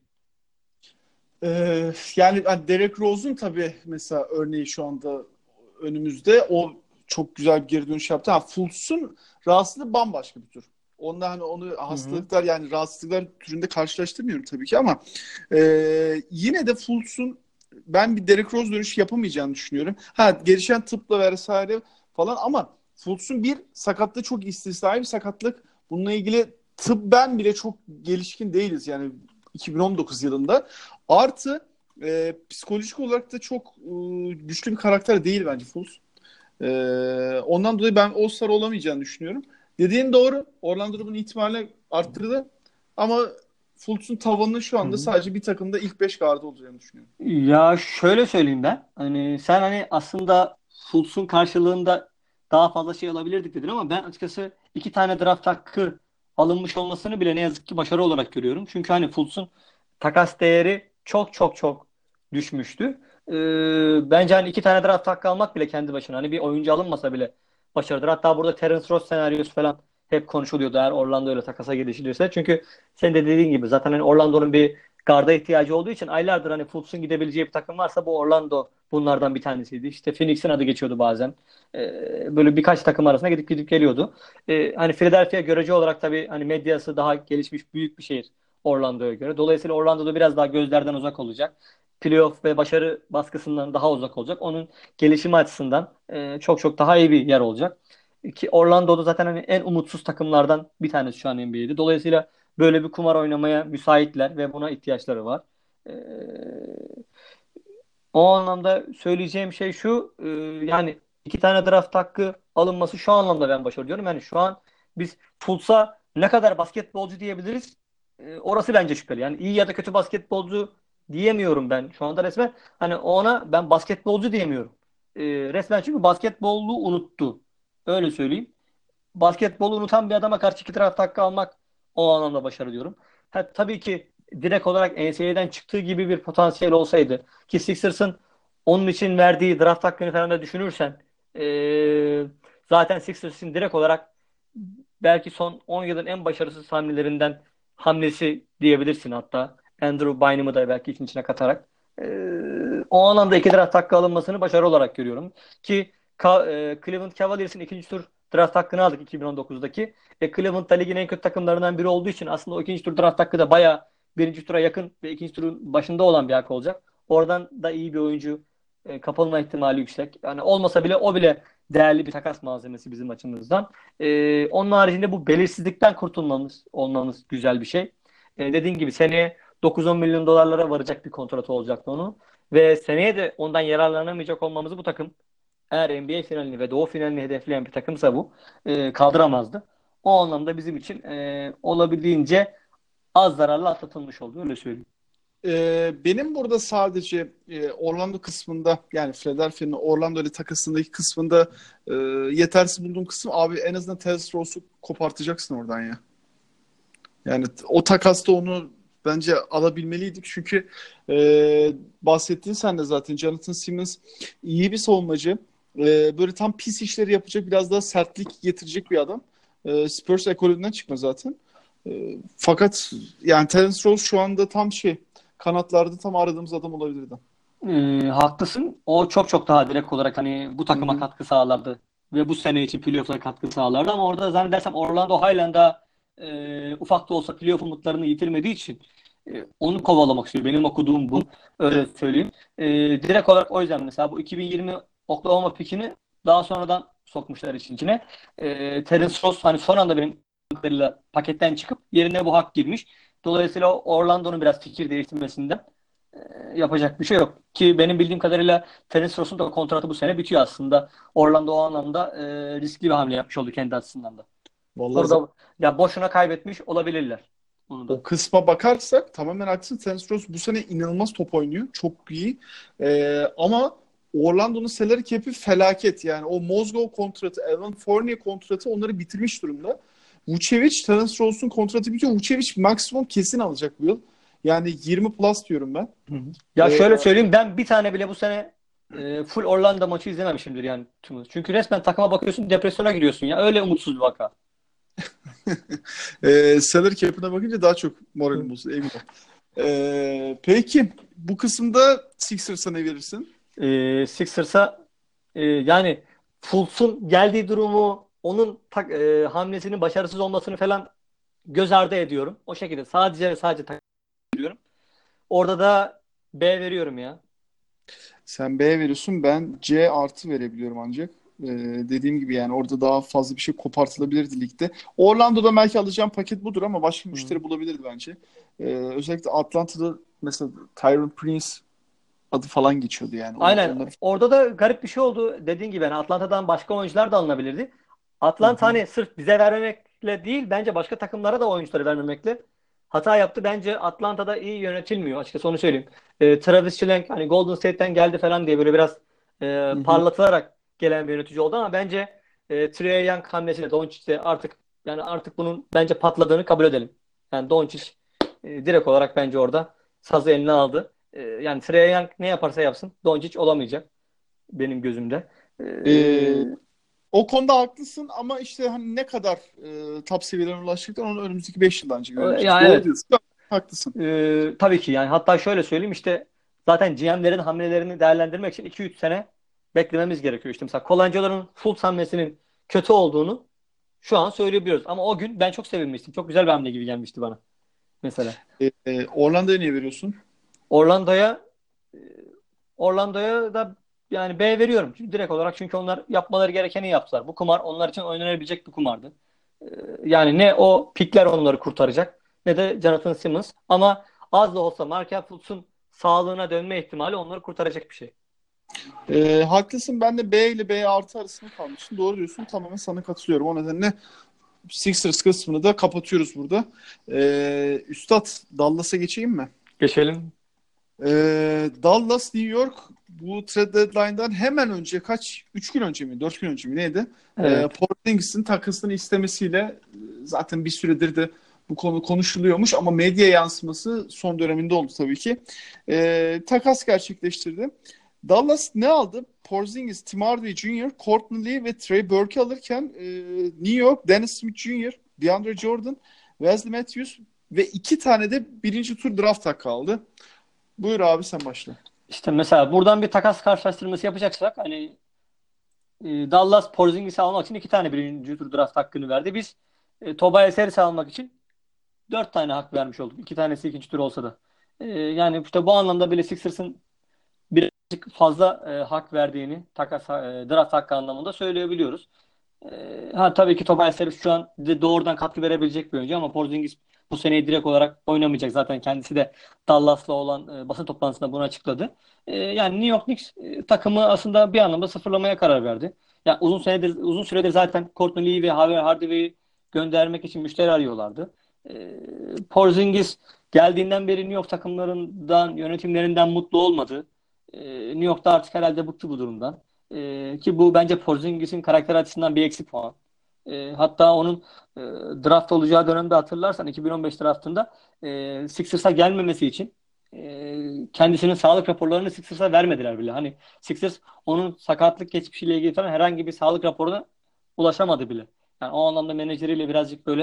A: Ee, yani hani Derek Rose'un tabii mesela örneği şu anda önümüzde. O çok güzel bir geri dönüş yaptı. Ha, Fultz'un rahatsızlığı bambaşka bir tür. Onda hani onu
B: Hı hı.
A: hastalıklar yani rahatsızlıklar türünde karşılaştırmıyorum tabii ki ama e, yine de Fultz'un ben bir Derek Rose dönüşü yapamayacağını düşünüyorum. Ha, gelişen tıpla vesaire falan ama Fultz'un bir sakatlığı çok istisnai bir sakatlık. Bununla ilgili tıbben bile çok gelişkin değiliz yani iki bin on dokuz yılında. Artı e, psikolojik olarak da çok e, güçlü bir karakter değil bence Fultz. E, ondan dolayı ben All-Star olamayacağını düşünüyorum. Dediğin doğru. Orlando bunun ihtimalini arttırdı. Ama Fultz'un tavanının şu
B: Hı
A: anda
B: hı.
A: sadece bir takımda ilk beş gardı olacağını düşünüyorum.
B: Ya şöyle söyleyeyim ben. Hani sen hani aslında Fultz'un karşılığında daha fazla şey alabilirdik dedin ama ben açıkçası iki tane draft hakkı alınmış olmasını bile ne yazık ki başarı olarak görüyorum. Çünkü hani Fultz'un takas değeri çok çok çok düşmüştü. Ee, bence hani iki tane draft hakkı almak bile kendi başına, hani bir oyuncu alınmasa bile başarıdır. Hatta burada Terence Ross senaryosu falan hep konuşuluyordu eğer Orlando ile takasa girişilirse. Çünkü sen de dediğin gibi zaten hani Orlando'nun bir garda ihtiyacı olduğu için aylardır hani Fultz'un gidebileceği bir takım varsa bu Orlando bunlardan bir tanesiydi. İşte Phoenix'in adı geçiyordu bazen. Ee, böyle birkaç takım arasında gidip gidip geliyordu. Ee, hani Philadelphia görece olarak tabii hani medyası daha gelişmiş büyük bir şehir Orlando'ya göre. Dolayısıyla Orlando'da biraz daha gözlerden uzak olacak. Playoff ve başarı baskısından daha uzak olacak. Onun gelişimi açısından e, çok çok daha iyi bir yer olacak. Ki Orlando'da zaten hani en umutsuz takımlardan bir tanesi şu an N B A'de. Dolayısıyla böyle bir kumar oynamaya müsaitler ve buna ihtiyaçları var. Ee, O anlamda söyleyeceğim şey şu, e, yani iki tane draft hakkı alınması şu anlamda ben başarılı diyorum. Yani şu an biz Fultz'a ne kadar basketbolcu diyebiliriz? E, orası bence şüpheli. Yani iyi ya da kötü basketbolcu diyemiyorum ben şu anda resmen. Hani ona ben basketbolcu diyemiyorum. E, resmen çünkü basketbolu unuttu. Öyle söyleyeyim. Basketbolu unutan bir adama karşı iki draft hakkı almak o anlamda başarı diyorum. Ha, tabii ki direkt olarak N C A A'den çıktığı gibi bir potansiyel olsaydı ki Sixers'ın onun için verdiği draft hakkını falan da düşünürsen eee, zaten Sixers'ın direkt olarak belki son on yılın en başarısız hamlelerinden hamlesi diyebilirsin hatta. Andrew Bynum'u da belki işin içine katarak. Eee, o anlamda iki draft hakkı alınmasını başarı olarak görüyorum. Ki Ka- e, Cleveland Cavaliers'in ikinci tur draft hakkını aldık iki bin on dokuzdaki. E, Cleveland da ligin en kötü takımlarından biri olduğu için aslında o ikinci tur draft hakkı da bayağı birinci tura yakın ve ikinci turun başında olan bir hak olacak. Oradan da iyi bir oyuncu e, kapılma ihtimali yüksek. Yani olmasa bile o bile değerli bir takas malzemesi bizim açımızdan. E, onun haricinde bu belirsizlikten kurtulmamız, olmamız güzel bir şey. E, dediğin gibi seneye dokuz on milyon dolarlara varacak bir kontratı olacaktı onun. Ve seneye de ondan yararlanamayacak olmamızı bu takım, eğer N B A finalini ve Doğu finalini hedefleyen bir takımsa bu, e, kaldıramazdı. O anlamda bizim için e, olabildiğince az zararla atlatılmış oldu. Öyle söyleyeyim.
A: Ee, benim burada sadece e, Orlando kısmında yani Philadelphia'nın Orlando ile takasındaki kısmında e, yetersiz bulduğum kısım abi en azından Terence Ross'u kopartacaksın oradan ya. Yani t- o takasta onu bence alabilmeliydik. Çünkü e, bahsettiğin sen de zaten Jonathan Simmons iyi bir savunmacı. E, böyle tam pis işleri yapacak biraz daha sertlik getirecek bir adam. E, Spurs ekolünden çıkma zaten. E, fakat yani Terence Ross şu anda tam şey kanatlarda tam aradığımız adam olabilirdi.
B: Ee, haklısın. O çok çok daha direkt olarak hani bu
A: Hı
B: takıma
A: hı.
B: katkı sağlardı. Ve bu sene için playoff'a katkı sağlardı. Ama orada zannedersem Orlando Highland'a e, ufak da olsa playoff umutlarını yitirmediği için e, onu kovalamak istiyor. Benim okuduğum bu. Öyle söyleyeyim. E, direkt olarak o yüzden mesela bu iki bin yirmi Oklahoma pikini daha sonradan sokmuşlar işin içine. E, Terence Ross hani son anda benim kadarıyla paketten çıkıp yerine bu hak girmiş. Dolayısıyla Orlando'nun biraz fikir değiştirmesinden yapacak bir şey yok. Ki benim bildiğim kadarıyla Terence Ross'un da kontratı bu sene bitiyor aslında. Orlando o anlamda e, riskli bir hamle yapmış oldu kendi açısından da.
A: Vallahi
B: Orada ya boşuna kaybetmiş olabilirler. Onu da.
A: o kısma bakarsak tamamen haklısın. Terence Ross bu sene inanılmaz top oynuyor. Çok iyi. Ee, ama Orlando'nun salary cap'i felaket. Yani o Mozgov kontratı, Evan Fournier kontratı onları bitirmiş durumda. Vucevic, Terence Ross'un kontratı bitiyor. Vucevic maksimum kesin alacak bu yıl. Yani yirmi plus diyorum ben.
B: Hı hı. Ya
A: Ee,
B: şöyle söyleyeyim, ben bir tane bile bu sene e, full Orlando maçı izlememişimdir yani. Çünkü resmen takıma bakıyorsun, depresyona giriyorsun ya. Öyle umutsuz bir vaka.
A: e, salary cap'ine bakınca daha çok
B: Hı.
A: moralim bozuldu emin ol. Ee, peki bu kısımda Sixers'a ne verirsin?
B: E, Sixers'a e, yani Fultz'un geldiği durumu, onun tak, e, hamlesinin başarısız olmasını falan göz ardı ediyorum. O şekilde sadece ve sadece takip ediyorum. Orada da B veriyorum ya.
A: Sen B veriyorsun. Ben C artı verebiliyorum ancak. Ee, dediğim gibi yani orada daha fazla bir şey kopartılabilirdi ligde. Orlando'da belki alacağım paket budur ama başka
B: Hı.
A: müşteri bulabilirdi bence. Ee, özellikle Atlanta'da mesela Tyron Prince adı falan geçiyordu yani. On,
B: Aynen.
A: onları...
B: Orada da garip bir şey oldu. Dediğin gibi yani Atlanta'dan başka oyuncular da alınabilirdi.
A: Hı
B: Atlanta
A: hı.
B: hani sırf bize vermemekle değil, bence başka takımlara da oyuncuları vermemekle hata yaptı. Bence Atlanta'da iyi yönetilmiyor. Açıkçası onu söyleyeyim. Ee, Travis Schlenk hani Golden State'ten geldi falan diye böyle biraz e,
A: Hı hı.
B: parlatılarak gelen bir yönetici oldu ama bence e, Trae Young hamlesiyle Doncic'te artık yani artık bunun bence patladığını kabul edelim. Yani Doncic e, direkt olarak bence orada sazı eline aldı. E, yani Trae Young ne yaparsa yapsın Doncic olamayacak benim gözümde. E,
A: Ee, o konuda haklısın ama işte hani ne kadar e, top seviyelere ulaştıktan onu önümüzdeki beş yıldan önce göreceğiz.
B: ya
A: Doğru
B: evet.
A: diyorsun. Haklısın.
B: E, tabii ki yani hatta şöyle söyleyeyim işte zaten G M'lerin hamlelerini değerlendirmek için iki üç sene beklememiz gerekiyor. İşte mesela Colangelo'nun Fultz hamlesinin kötü olduğunu şu an söyleyebiliyoruz. Ama o gün ben çok sevinmiştim. Çok güzel bir hamle gibi gelmişti bana mesela.
A: Ee, e, Orlando'ya niye veriyorsun?
B: Orlando'ya e, Orlando'ya da yani B veriyorum. Çünkü direkt olarak çünkü onlar yapmaları gerekeni yaptılar. Bu kumar onlar için oynanabilecek bir kumardı. Ee, Yani ne o pikler onları kurtaracak ne de Jonathan Simmons. Ama az da olsa Markel Fultz'un sağlığına dönme ihtimali onları kurtaracak bir şey.
A: Ee, haklısın. Ben de B ile B artı arasında kalmıştım. Doğru diyorsun. Tamamen sana katılıyorum. O nedenle Sixers kısmını da kapatıyoruz burada. Ee, Üstad Dallas'a geçeyim mi?
B: Geçelim.
A: Ee, Dallas, New York bu trade deadline'dan hemen önce kaç? Üç gün önce mi? Dört gün önce mi? Neydi? Ee,
B: Evet.
A: Porzingis'in takasını istemesiyle e, zaten bir süredir de bu konu konuşuluyormuş ama medya yansıması son döneminde oldu tabii ki. Ee, takas gerçekleştirdi. Dallas ne aldı? Porzingis, Tim Hardaway Junior, Courtney Lee ve Trey Burke alırken e, New York, Dennis Smith Junior, DeAndre Jordan, Wesley Matthews ve iki tane de birinci tur draft hakkı aldı. Buyur abi sen başla.
B: İşte mesela buradan bir takas karşılaştırması yapacaksak hani e, Dallas Porzingis'i almak için iki tane birinci tur draft hakkını verdi. Biz e, Tobias Harris'i almak için dört tane hak vermiş olduk. İki tanesi ikinci tur olsa da. E, yani işte bu anlamda bile Sixers'ın birazcık fazla e, hak verdiğini takas e, draft hakkı anlamında söyleyebiliyoruz. E, ha tabii ki Tobias Harris şu an de doğrudan katkı verebilecek bir oyuncu ama Porzingis bu seneyi direkt olarak oynamayacak. Zaten kendisi de Dallas'la olan e, basın toplantısında bunu açıkladı. E, yani New York Knicks e, takımı aslında bir anlamda sıfırlamaya karar verdi. Yani uzun senedir uzun süredir zaten Courtney Lee ve Harvey Hardaway'i göndermek için müşteri arıyorlardı. E, Porzingis geldiğinden beri New York takımlarından, yönetimlerinden mutlu olmadı. E, New York'ta artık herhalde bıktı bu durumdan. E, ki bu bence Porzingis'in karakter açısından bir eksi puan. E, hatta onun e, draft olacağı dönemde hatırlarsan iki bin on beş draftında e, Sixers'a gelmemesi için e, kendisinin sağlık raporlarını Sixers'a vermediler bile. Hani Sixers onun sakatlık geçmişiyle ilgili falan herhangi bir sağlık raporuna ulaşamadı bile. Yani o anlamda menajeriyle birazcık böyle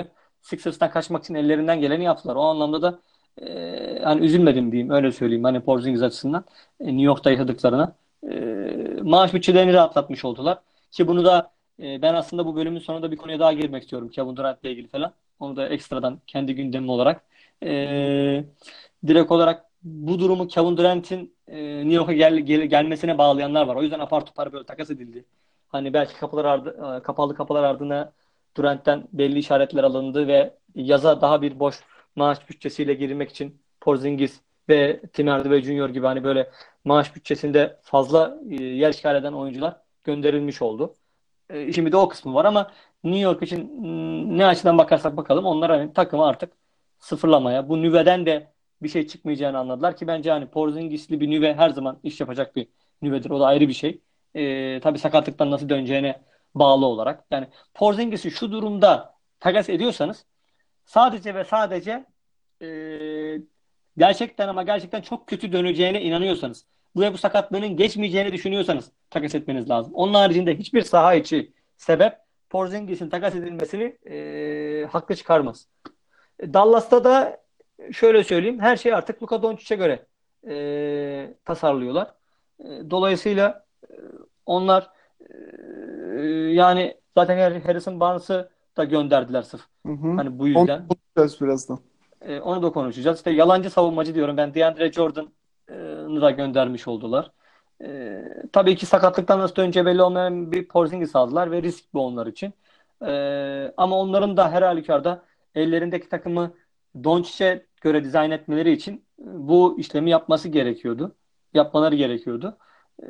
B: Sixers'tan kaçmak için ellerinden geleni yaptılar. O anlamda da e, hani üzülmedim diyeyim. Öyle söyleyeyim. Hani Porzingis açısından e, New York'ta yaşadıklarına. E, maaş bütçelerini rahatlatmış oldular. Ki bunu da e, ben aslında bu bölümün sonunda bir konuya daha girmek istiyorum. Kevin Durant'la ilgili falan. Onu da ekstradan kendi gündemim olarak. E, direkt olarak bu durumu Kevin Durant'in e, New York'a gel, gel- gelmesine bağlayanlar var. O yüzden apar topar böyle takas edildi. Hani belki kapılar ardı, e, kapalı kapılar ardına Durant'ten belli işaretler alındı ve yaza daha bir boş maaş bütçesiyle girmek için Porzingis ve Tim Hardaway Junior gibi hani böyle maaş bütçesinde fazla e, yer işgal eden oyuncular gönderilmiş oldu. E, işin bir de o kısmı var ama New York için m, ne açıdan bakarsak bakalım onlar hani takımı artık sıfırlamaya, bu nüveden de bir şey çıkmayacağını anladılar ki bence hani Porzingis'li bir nüve her zaman iş yapacak bir nüvedir. O da ayrı bir şey. E, tabii sakatlıktan nasıl döneceğine bağlı olarak. Yani Porzingis'i şu durumda takas ediyorsanız sadece ve sadece e, gerçekten ama gerçekten çok kötü döneceğine inanıyorsanız bu ve bu sakatlığının geçmeyeceğini düşünüyorsanız takas etmeniz lazım. Onun haricinde hiçbir saha içi sebep Porzingis'in takas edilmesini e, haklı çıkarmaz. Dallas'ta da şöyle söyleyeyim her şey artık Luka Doncic'e göre e, tasarlıyorlar. E, dolayısıyla e, onlar e, yani zaten Harrison Barnes'ı da gönderdiler sırf.
A: Hı hı.
B: Hani bu
A: Onu
B: yüzden.
A: konuşacağız birazdan.
B: E, onu da konuşacağız. İşte yalancı savunmacı diyorum ben. DeAndre Jordan'ı da göndermiş oldular. E, tabii ki sakatlıktan nasıl döneceği belli olmayan bir Porzingis aldılar ve risk bu onlar için. E, ama onların da her halükarda ellerindeki takımı Doncic'e göre dizayn etmeleri için e, bu işlemi yapması gerekiyordu. Yapmaları gerekiyordu. E,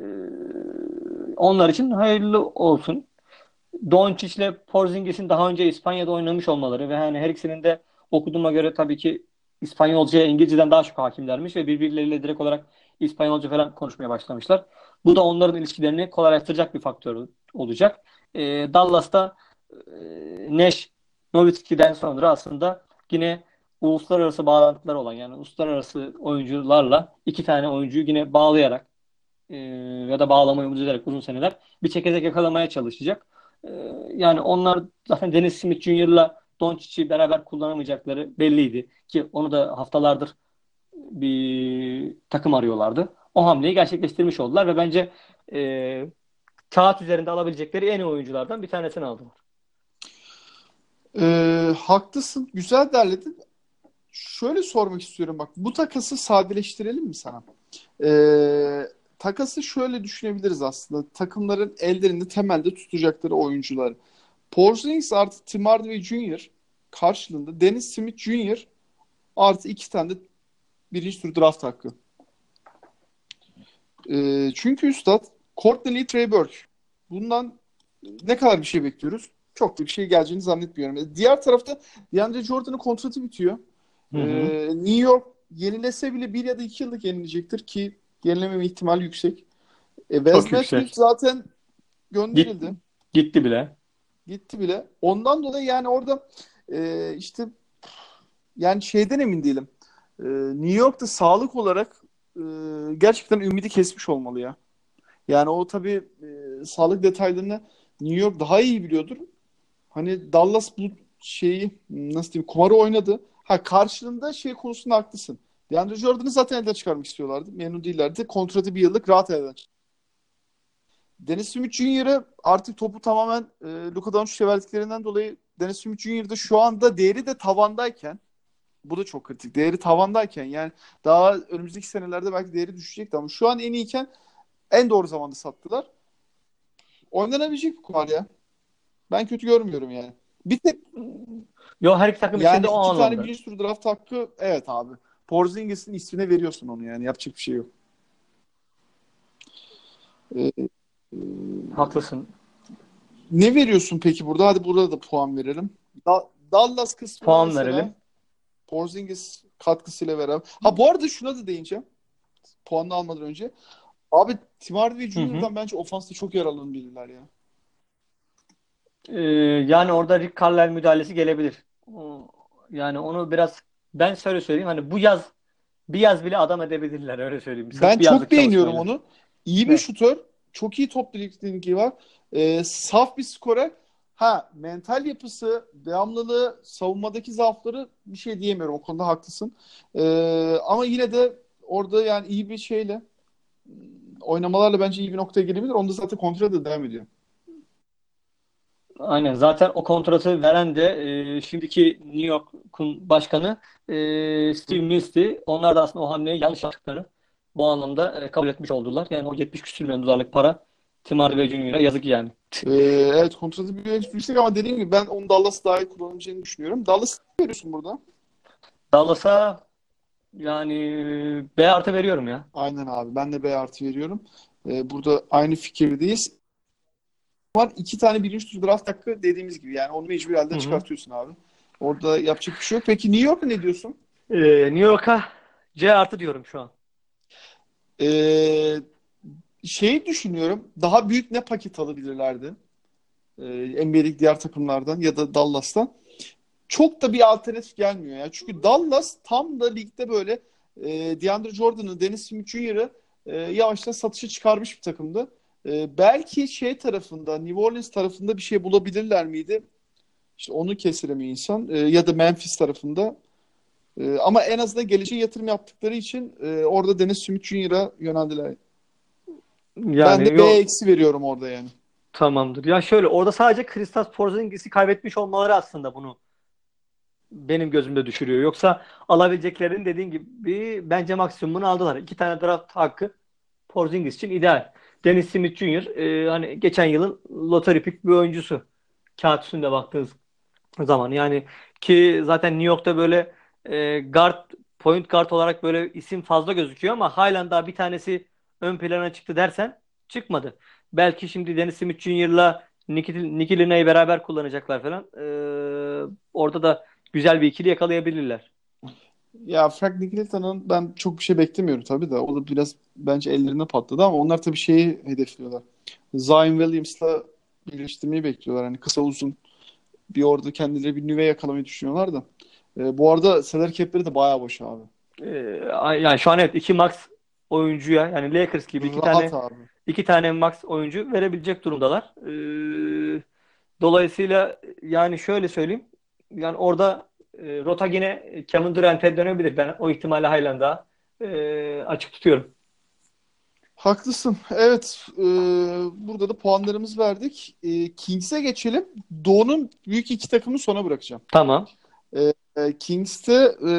B: onlar için hayırlı olsun. Doncic ile Porzingis'in daha önce İspanya'da oynamış olmaları ve hani her ikisinin de okuduğuma göre tabii ki İspanyolcaya İngilizceden daha çok hakimlermiş ve birbirleriyle direkt olarak İspanyolca falan konuşmaya başlamışlar. Bu da onların ilişkilerini kolaylaştıracak bir faktör olacak. Ee, Dallas'ta e, Nash Nowitzki'den sonra aslında yine uluslararası bağlantılar olan yani uluslararası oyuncularla iki tane oyuncuyu yine bağlayarak e, ya da bağlamayı umut ederek uzun seneler bir çekirdek yakalamaya çalışacak. E, yani onlar zaten Dennis Smith Junior'la Doncic'i beraber kullanamayacakları belliydi ki onu da haftalardır bir takım arıyorlardı. O hamleyi gerçekleştirmiş oldular ve bence e, kağıt üzerinde alabilecekleri en iyi oyunculardan bir tanesini aldılar.
A: Ee, haklısın. Güzel derledin. Şöyle sormak istiyorum bak. Bu takası sadeleştirelim mi sana? Ee, takası şöyle düşünebiliriz aslında. Takımların ellerinde temelde tutacakları oyuncular. Porzingis artı Tim Hardaway Junior karşılığında Dennis Smith Junior artı iki tane de birinci tur draft hakkı. Ee, çünkü üstad Courtney Lee Trey Burke. Bundan ne kadar bir şey bekliyoruz? Çok da bir şey geleceğini zannetmiyorum. E, Diğer tarafta DeAndre Jordan'ın kontratı bitiyor.
B: Hı
A: Ee,
B: hı.
A: New York yenilese bile bir ya da iki yıllık yenilecektir ki yenilememe ihtimali yüksek. E, Wes
B: Çok
A: Matthews
B: yüksek.
A: zaten
B: Git,
A: gönderildi.
B: gitti bile.
A: Gitti bile. Ondan dolayı yani orada e, işte yani şeyden emin değilim. E, New York'ta sağlık olarak e, gerçekten ümidi kesmiş olmalı ya. Yani o tabii e, sağlık detaylarını New York daha iyi biliyordur. Hani Dallas bu şeyi nasıl diyeyim kumarı oynadı. Ha karşılığında şey konusunda haklısın. DeAndre Jordan'ı zaten elden çıkarmak istiyorlardı. Memnun değillerdi. Kontratı bir yıllık rahat elden çıktı. Dennis Smith Junior'ı artık topu tamamen e, Luka Doncic'e verdiklerinden dolayı Dennis Smith Junior'da şu anda değeri de tavandayken bu da çok kritik. Değeri tavandayken yani daha önümüzdeki senelerde belki değeri düşecekti ama şu an en iyiyken en doğru zamanda sattılar. Oynanabilecek bir kumar ya. Ben kötü görmüyorum yani. Bir tek
B: Yo her iki takım için
A: yani
B: de o
A: iki tane
B: anlamda.
A: birinci tur draft hakkı evet abi. Porzingis'in ismine veriyorsun onu yani. Yapacak bir şey yok. Ee, e,
B: Haklısın.
A: ne veriyorsun peki burada? Hadi burada da puan verelim. Da- Dallas kısmına
B: Puan
A: mesela
B: verelim.
A: Porzingis katkısıyla beraber. Ha bu arada şuna da değineceğim. Puanını almadan önce. Abi Tim Hardaway
B: Hı hı.
A: Junior'dan bence ofansta çok yararlanabilirler ya.
B: Ee, yani orada Rick Carlisle müdahalesi gelebilir. O- Yani onu biraz ben şöyle söyleyeyim hani bu yaz bir yaz bile adam edebilirler öyle söyleyeyim. Sırf
A: Ben
B: bir
A: çok
B: yazlık
A: beğeniyorum
B: çalışmayla.
A: onu. İyi bir
B: Evet.
A: şutör. Çok iyi top driblingi var. Ee, saf bir skorer. Ha, mental yapısı, devamlılığı, savunmadaki zaafları bir şey diyemiyorum. O konuda haklısın. Ee, ama yine de orada yani iyi bir şeyle oynamalarla bence iyi bir noktaya gelebilir. Onda zaten kontra da devam ediyor.
B: Aynen. Zaten o kontratı veren de e, şimdiki New York'un başkanı e, Steve Mils'ti. Onlar da aslında o hamleyi yanlış yaptıklarını bu anlamda e, kabul etmiş oldular. Yani o yetmiş küsür milyon dolarlık para Tim Hardaway Junior'a yazık yani.
A: Ee, evet, kontratı bir yüksek ama dediğim gibi ben onu Dallas daha iyi kullanabileceğini düşünüyorum. Dallas ne görüyorsun burada?
B: Dallas'a yani B artı veriyorum ya.
A: Aynen abi. Ben de B artı veriyorum. Ee, burada aynı fikirdeyiz. Var iki tane birinci tur draft hakkı dediğimiz gibi. Yani onu mecbur
B: Hı
A: elden
B: hı.
A: çıkartıyorsun abi. Orada yapacak bir şey yok. Peki New York'a ne diyorsun?
B: E, New York'a C artı diyorum şu an.
A: Ee, şeyi düşünüyorum. Daha büyük ne paket alabilirlerdi? Ee, N B A'deki diğer takımlardan ya da Dallas'tan. Çok da bir alternatif gelmiyor ya. Çünkü Dallas tam da ligde böyle e, DeAndre Jordan'ı, Dennis Smith Junior'ı e, yavaştan satışa çıkarmış bir takımdı. E, belki şey tarafında, New Orleans tarafında bir şey bulabilirler miydi? İşte onu kestiremiyor insan. E, ya da Memphis tarafında. E, ama en azından geleceğe yatırım yaptıkları için e, orada Dennis Smith Junior'a yöneldiler. Ben
B: Yani
A: de B
B: yo,
A: eksi veriyorum orada yani.
B: tamamdır. Ya şöyle orada sadece Kristaps Porzingis'i kaybetmiş olmaları aslında bunu benim gözümde düşürüyor. Yoksa alabileceklerini dediğin gibi bence maksimumunu aldılar. İki tane draft hakkı Porzingis için ideal. Dennis Smith Junior e, hani geçen yılın lottery pick bir oyuncusu. Kağıt üstünde baktığınız zaman. Yani ki zaten New York'ta böyle e, guard, point guard olarak böyle isim fazla gözüküyor ama halen daha bir tanesi ön plana çıktı dersen çıkmadı. Belki şimdi Dennis Smith Junior'la Nikilina'yı beraber kullanacaklar falan. E, orada da güzel bir ikili yakalayabilirler.
A: Ya Frank Ntilika'nın ben çok bir şey beklemiyorum tabii de. O da biraz bence ellerine patladı ama onlar tabii şeyi hedefliyorlar. Zion Williams'la birleştirmeyi bekliyorlar. Hani kısa uzun bir orada kendileri bir nüve yakalamayı düşünüyorlar da. Ee, bu arada salary cap'leri de bayağı boş abi.
B: E, yani şu an evet iki max oyuncuya yani Lakers gibi iki
A: Rahat
B: tane
A: abi.
B: iki tane max oyuncu verebilecek durumdalar. E, Dolayısıyla yani şöyle söyleyeyim. Yani orada e, rota yine Kevin Durant'e dönebilir. Ben o ihtimali halen daha e, açık tutuyorum.
A: Haklısın. Evet. E, burada da puanlarımızı verdik. E, Kings'e geçelim. Doğu'nun büyük iki takımını sona bırakacağım.
B: Tamam.
A: E, e, Kings'te e,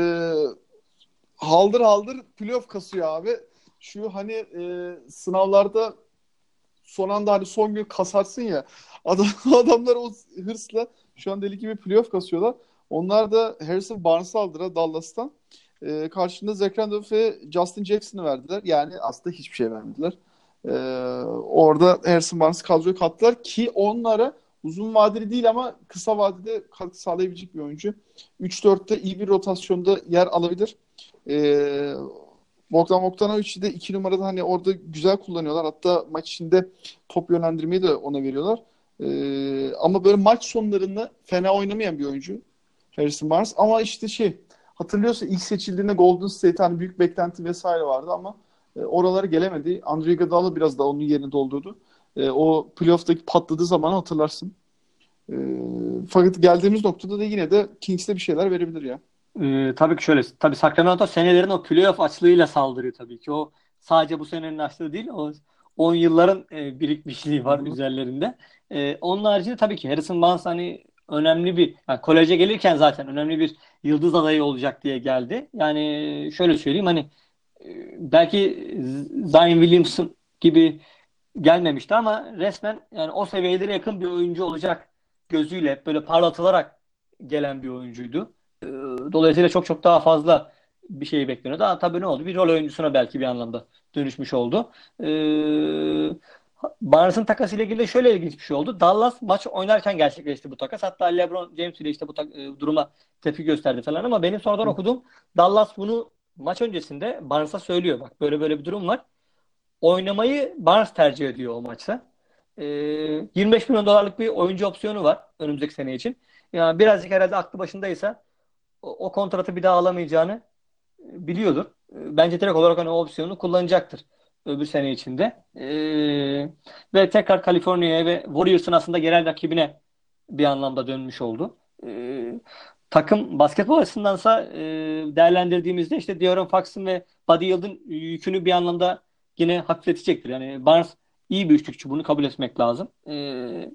A: haldır haldır playoff kasıyor abi. Şu hani e, sınavlarda son anda hani son gün kasarsın ya. Adam, adamlar o hırsla şu an deli gibi playoff kasıyorlar. Onlar da Harrison Barnes'ı aldılar Dallas'tan. Ee, karşında Zach Randolph ve Justin Jackson'ı verdiler. Yani aslında hiçbir şey vermediler. Ee, orada Harrison Barnes'ı kadroya kattılar ki onlara uzun vadeli değil ama kısa vadede katkı sağlayabilecek bir oyuncu. üç dörtte iyi bir rotasyonda yer alabilir. Ee, Bogdan Bogdanovic'i de iki numarada hani orada güzel kullanıyorlar. Hatta maç içinde top yönlendirmeyi de ona veriyorlar. Ee, ama böyle maç sonlarında fena oynamayan bir oyuncu Harrison Barnes. Ama işte şey hatırlıyorsa ilk seçildiğinde Golden State hani büyük beklenti vesaire vardı ama e, oralara gelemedi. Andre Iguodala biraz da onun yerini doldurdu. E, o playoff'taki patladığı zaman hatırlarsın. E, fakat geldiğimiz noktada da yine de Kings'te bir şeyler verebilir ya.
B: Ee, tabii ki şöyle. Tabii Sacramento senelerin o playoff açlığıyla saldırıyor tabii ki. O sadece bu senenin açlığı değil. O on yılların e, birikmişliği var
A: Hı-hı.
B: üzerlerinde. E, onun haricinde tabii ki Harrison Barnes hani önemli bir yani koleje gelirken zaten önemli bir yıldız adayı olacak diye geldi. Yani şöyle söyleyeyim hani e, belki Zion Williamson gibi gelmemişti ama resmen yani o seviyelere yakın bir oyuncu olacak gözüyle hep böyle parlatılarak gelen bir oyuncuydu. Ee, Dolayısıyla çok çok daha fazla bir şey bekleniyordu. Daha tabii ne oldu? Bir rol oyuncusuna belki bir anlamda dönüşmüş oldu. Ee, Barnes'ın takasıyla ilgili de şöyle ilginç bir şey oldu. Dallas maç oynarken gerçekleşti bu takas. Hatta LeBron James ile işte bu tak- e, duruma tepki gösterdi falan ama benim sonradan okuduğum Dallas bunu maç öncesinde Barnes'a söylüyor. Bak böyle böyle bir durum var. Oynamayı Barnes tercih ediyor o maçta. Ee, yirmi beş milyon dolarlık bir oyuncu opsiyonu var önümüzdeki sene için. Yani birazcık herhalde aklı başındaysa o, o kontratı bir daha alamayacağını e, biliyordur. E, Bence direkt olarak hani o opsiyonu kullanacaktır öbür sene içinde. Ee, ve tekrar Kaliforniya'ya ve Warriors'ın aslında genel rakibine bir anlamda dönmüş oldu. Ee, takım basketbol açısındansa e, değerlendirdiğimizde işte De'Aaron Fox'ın ve Buddy Hield'ın yükünü bir anlamda yine hafifletecektir. Yani Barnes iyi bir üçlükçü, bunu kabul etmek lazım. Ee,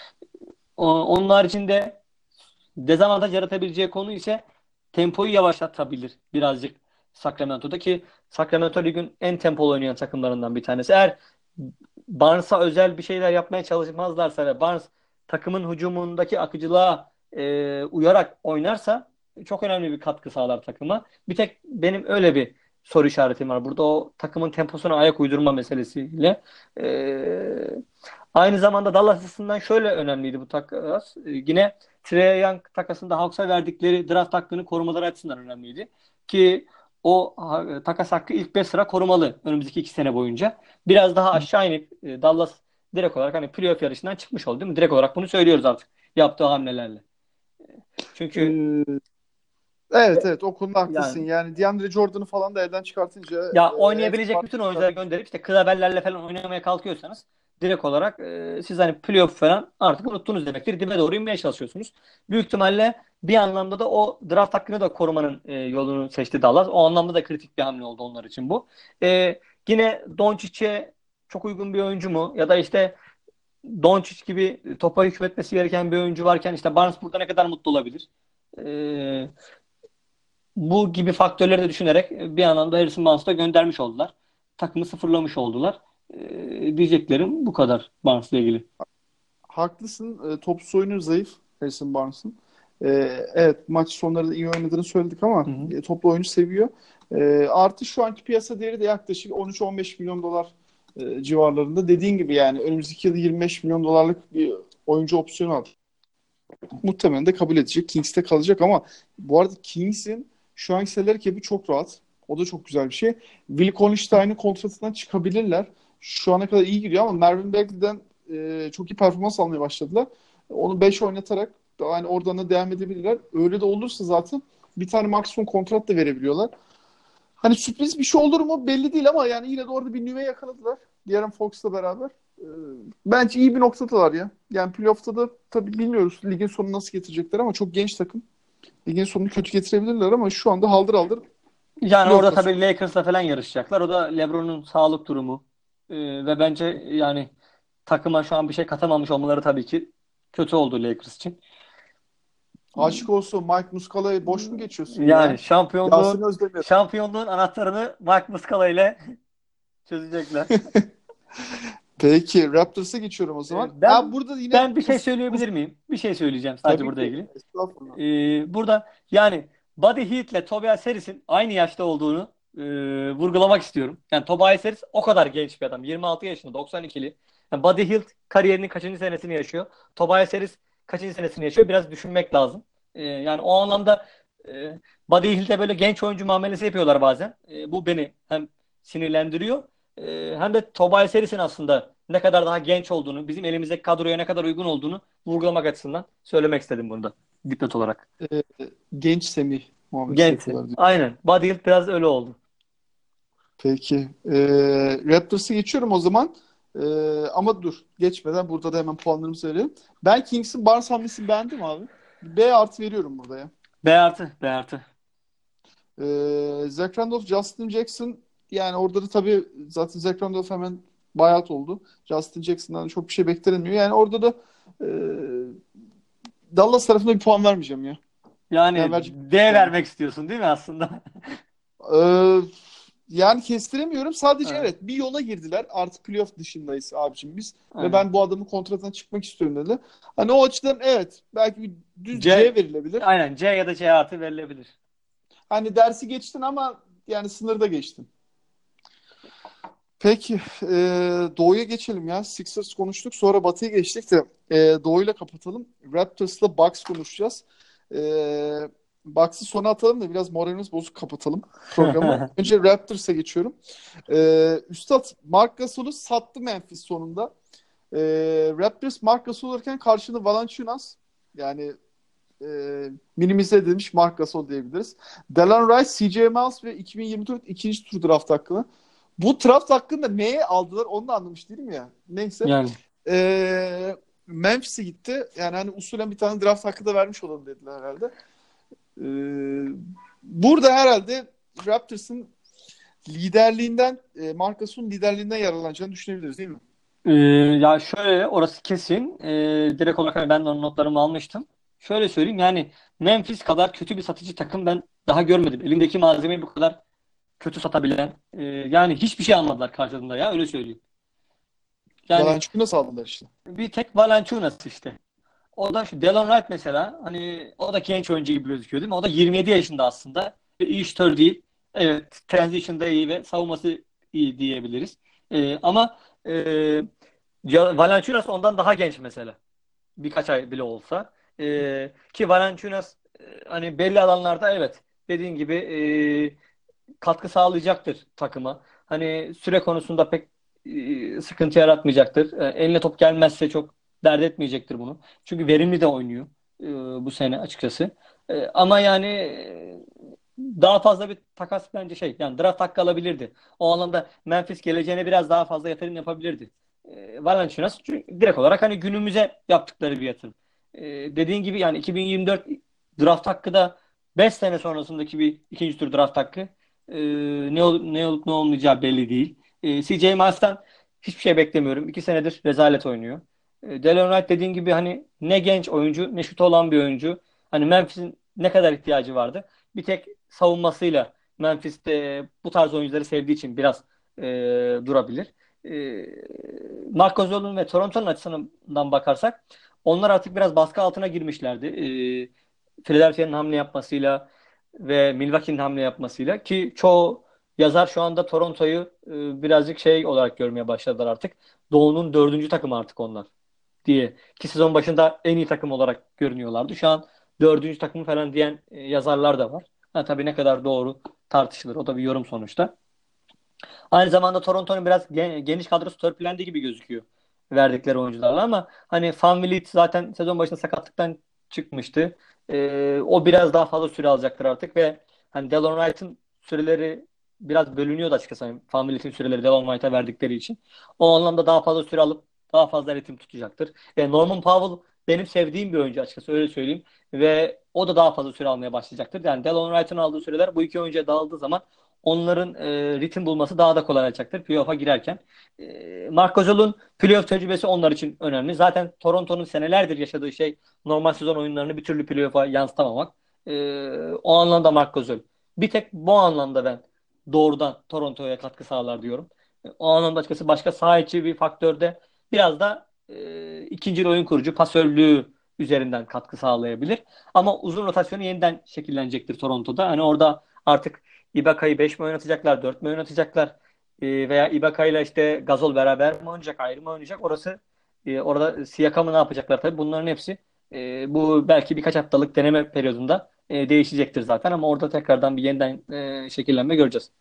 B: o- onun haricinde dezavantaj yaratabileceği konu ise tempoyu yavaşlatabilir birazcık Sacramento'da, ki Sacramento ligin en tempolu oynayan takımlarından bir tanesi. Eğer Barnes'a özel bir şeyler yapmaya çalışmazlarsa ve Barnes takımın hücumundaki akıcılığa e, uyarak oynarsa çok önemli bir katkı sağlar takıma. Bir tek benim öyle bir soru işaretim var. Burada o takımın temposuna ayak uydurma meselesiyle. E, Aynı zamanda Dallas açısından şöyle önemliydi bu takas. Ee, Yine Trae Young takasında Hawks'a verdikleri draft hakkını korumaları açısından önemliydi. Ki o ha- takas hakkı ilk beş sıra korumalı önümüzdeki iki sene boyunca. Biraz daha aşağı inip e, Dallas direkt olarak hani playoff yarışından çıkmış oldu, değil mi? Direkt olarak bunu söylüyoruz artık yaptığı hamlelerle. Çünkü
A: Ee, evet evet, o konuda haklısın.
B: yani
A: Yani DeAndre Jordan'ı falan da elden çıkartınca
B: ya
A: e, evet.
B: oynayabilecek bütün oyuncuları gönderip işte Klaverlerle falan oynamaya kalkıyorsanız direkt olarak e, siz hani playoff falan artık unuttunuz demektir. Dibe doğru inmeye çalışıyorsunuz. Büyük ihtimalle bir anlamda da o draft hakkını da korumanın e, yolunu seçti Dallas. O anlamda da kritik bir hamle oldu onlar için bu. E, Yine Doncic'e çok uygun bir oyuncu mu? Ya da işte Doncic gibi topa hükmetmesi gereken bir oyuncu varken işte Barnes burada ne kadar mutlu olabilir? E, Bu gibi faktörleri de düşünerek bir anlamda Harrison Barnes'ı da göndermiş oldular. Takımı sıfırlamış oldular. Ee, diyeceklerim bu kadar Barnes'la ilgili.
A: Haklısın. E, topsuz oyunu zayıf Harrison Barnes'ın. E, evet, maç sonları da iyi oynadığını söyledik
B: Hı
A: ama
B: hı.
A: e, toplu oyunu seviyor. E, artı şu anki piyasa değeri de yaklaşık on üç on beş milyon dolar e, civarlarında. Dediğin gibi yani önümüzdeki yıl yirmi beş milyon dolarlık bir oyuncu opsiyonu aldı. Muhtemelen de kabul edecek. Kings'te kalacak ama bu arada Kings'in şu anki salary cap'i çok rahat. O da çok güzel bir şey. Will Konigstein'in kontratından çıkabilirler. Şu ana kadar iyi gidiyor ama Marvin Bagley'den e, çok iyi performans almaya başladılar. Onu beş oynatarak daha hani oradan da devam edebilirler. Öyle de olursa zaten bir tane maksimum kontrat da verebiliyorlar. Hani sürpriz bir şey olur mu belli değil ama yani yine de orada bir nüve yakaladılar. De'Aaron Fox'la beraber. Ee, bence iyi bir noktadalar ya. Yani playoff'ta da tabii bilmiyoruz ligin sonunu nasıl getirecekler ama çok genç takım. Ligin sonunu kötü getirebilirler ama şu anda haldır haldır
B: Yani orada
A: playoff'ta.
B: tabii Lakers'la falan yarışacaklar. O da LeBron'un sağlık durumu. Ee, ve bence yani takıma şu an bir şey katamamış olmaları tabii ki kötü oldu Lakers için.
A: Aşık olsun, Mike Muscala'yı boş mu geçiyorsun
B: Yani
A: ya? Yasin
B: şampiyonluğun
A: Özdemir.
B: şampiyonluğun anahtarını Mike Muscala ile çözecekler.
A: Peki Raptors'a geçiyorum o
B: Ee,
A: zaman. Ha,
B: ben
A: burada yine
B: ben bir şey
A: Mus, Mus
B: söyleyebilir miyim? Bir şey söyleyeceğim sadece
A: tabii
B: burada
A: ki.
B: ilgili.
A: Estağfurullah.
B: Ee, burada yani Buddy Hield ile Tobias Harris'in aynı yaşta olduğunu e, vurgulamak istiyorum. Yani Tobias Harris o kadar genç bir adam. yirmi altı yaşında, doksan ikili. Yani Buddy Hield kariyerinin kaçıncı senesini yaşıyor? Tobias Harris kaçıncı senesini yaşıyor? Biraz düşünmek lazım. Ee, yani o anlamda e, Buddy Hield'e böyle genç oyuncu muamelesi yapıyorlar bazen. E, bu beni hem sinirlendiriyor, e, hem de Tobias Harris'in aslında ne kadar daha genç olduğunu, bizim elimizdeki kadroya ne kadar uygun olduğunu vurgulamak açısından söylemek istedim bunu da dipnot olarak.
A: Ee, genç Semih muamelesi
B: Gençsin.
A: yapıyorlar diyor.
B: Aynen. Bodybuild biraz öyle oldu.
A: Peki. Ee, Raptors'ı geçiyorum o zaman. Ee, ama dur. Geçmeden burada da hemen puanlarımı söyleyeyim. Ben Kings'in Barnes hamlesini beğendim abi. B artı veriyorum burada ya.
B: B artı. B artı.
A: Ee, Zach Randolph, Justin Jackson, yani orada da tabii zaten Zach Randolph hemen buyout oldu. Justin Jackson'dan çok bir şey beklenmiyor. Yani orada da e, Dallas tarafına bir puan vermeyeceğim ya.
B: Yani
A: Yani verecek
B: D
A: yani.
B: vermek istiyorsun değil mi aslında?
A: Ee, yani kestiremiyorum. Sadece
B: Evet.
A: evet, bir yola girdiler. Artık playoff dışındayız abicim biz. Ve
B: Aynen.
A: ben bu adamın kontratına çıkmak istiyorum dedi. Hani o açıdan evet. Belki bir düz C
B: C
A: verilebilir.
B: aynen C ya da C artı verilebilir.
A: Hani dersi geçtin ama yani sınırda geçtin. Peki. E, Doğu'ya geçelim ya. Sixers konuştuk. Sonra Batı'ya geçtik de e, Doğu'yla kapatalım. Raptors'la Bucks konuşacağız. E, Bucks'ı sona atalım da biraz moralimiz bozuk kapatalım programı. Önce Raptors'a geçiyorum. E, Üstad Marc Gasol'u sattı Memphis sonunda. E, Raptors Marc Gasol olurken karşında Valanciunas, yani e, minimize edilmiş Marc Gasol diyebiliriz. Delon Wright, C J Miles ve iki bin yirmi dört ikinci tur draft hakkını. Bu draft hakkında neye aldılar onu da anlamış değilim ya. Neyse.
B: Yani
A: Ee, Memphis'e gitti. Yani hani usulen bir tane draft hakkı da vermiş olalım dediler herhalde. Ee, burada herhalde Raptors'ın liderliğinden, e, Marc Gasol'un liderliğinden yararlanacağını düşünebiliriz değil mi?
B: Ee, ya şöyle orası kesin. Ee, direkt olarak hani ben de onun notlarımı almıştım. Şöyle söyleyeyim yani Memphis kadar kötü bir satıcı takım ben daha görmedim. Elindeki malzemeyi bu kadar kötü satabilen. Ee, yani hiçbir şey almadılar karşılığında ya öyle söyleyeyim. Yani
A: Valanciunas aldılar işte.
B: bir tek Valanciunas işte. O da şu Delon Wright mesela hani o da genç oyuncu gibi gözüküyor değil mi? O da yirmi yedi yaşında aslında. Ve iyi şutör değil. Evet, transition'da iyi ve savunması iyi diyebiliriz. Ee, ama e, ya- Valanciunas ondan daha genç mesela. Birkaç ay bile olsa. Ee, ki Valanciunas e, hani belli alanlarda evet dediğin gibi e, katkı sağlayacaktır takıma. Hani süre konusunda pek e, sıkıntı yaratmayacaktır. E, eline top gelmezse çok dert etmeyecektir bunu. Çünkü verimli de oynuyor e, bu sene açıkçası. E, ama yani e, daha fazla bir takas bence şey yani draft hakkı alabilirdi. O alanda Memphis geleceğine biraz daha fazla yatırım yapabilirdi. E, Valanciunas çünkü direkt olarak hani günümüze yaptıkları bir yatırım. E, dediğin gibi yani iki bin yirmi dört draft hakkı da beş sene sonrasındaki bir ikinci tur draft hakkı e, ne olup ne olup ne olmayacağı belli değil. E, C J Miles'tan hiçbir şey beklemiyorum. İki senedir rezalet oynuyor. E, Delon Wright dediğin gibi hani ne genç oyuncu ne şutu olan bir oyuncu. Hani Memphis'in ne kadar ihtiyacı vardı. Bir tek savunmasıyla Memphis'te bu tarz oyuncuları sevdiği için biraz e, durabilir. E, Marc Gasol'un ve Toronto'nun açısından bakarsak onlar artık biraz baskı altına girmişlerdi. E, Philadelphia'nın hamle yapmasıyla ve Milwaukee'nin hamle yapmasıyla ki çoğu yazar şu anda Toronto'yu e, birazcık şey olarak görmeye başladılar artık. Doğu'nun dördüncü takımı artık onlar diye. Ki sezon başında en iyi takım olarak görünüyorlardı. Şu an dördüncü takımı falan diyen e, yazarlar da var. Ha, tabii ne kadar doğru tartışılır. O da bir yorum sonuçta. Aynı zamanda Toronto'nun biraz gen- geniş kadrosu törpülendi gibi gözüküyor verdikleri oyuncularla ama hani Van Vliet zaten sezon başında sakatlıktan çıkmıştı. Ee, o biraz daha fazla süre alacaktır artık ve hani Delon Wright'ın süreleri biraz bölünüyordu açıkçası. Hani Van Vliet'in süreleri Delon Wright'a verdikleri için. O anlamda daha fazla süre alıp daha fazla ritim tutacaktır. E, Norman Powell benim sevdiğim bir oyuncu açıkçası öyle söyleyeyim. Ve o da daha fazla süre almaya başlayacaktır. Yani Delon Wright'ın aldığı süreler bu iki oyuncuya dağıldığı zaman onların e, ritim bulması daha da kolay olacaktır playoff'a girerken. E, Marc Gasol'un playoff tecrübesi onlar için önemli. Zaten Toronto'nun senelerdir yaşadığı şey normal sezon oyunlarını bir türlü playoff'a yansıtamamak. E, o anlamda Marc Gasol. Bir tek bu anlamda ben doğrudan Toronto'ya katkı sağlar diyorum. E, o anlamda açıkçası başka saha içi bir faktörde biraz da e, ikinci oyun kurucu pasörlüğü üzerinden katkı sağlayabilir. Ama uzun rotasyonu yeniden şekillenecektir Toronto'da. Hani orada artık Ibaka'yı beş mi oynatacaklar, dört mü oynatacaklar? E, veya Ibaka ile işte Gazol beraber mi oynayacak, ayrı mı oynayacak? Orası e, orada Siakam'ı ne yapacaklar tabii. Bunların hepsi e, bu belki birkaç haftalık deneme periyodunda e, değişecektir zaten ama orada tekrardan bir yeniden e, şekillenme göreceğiz.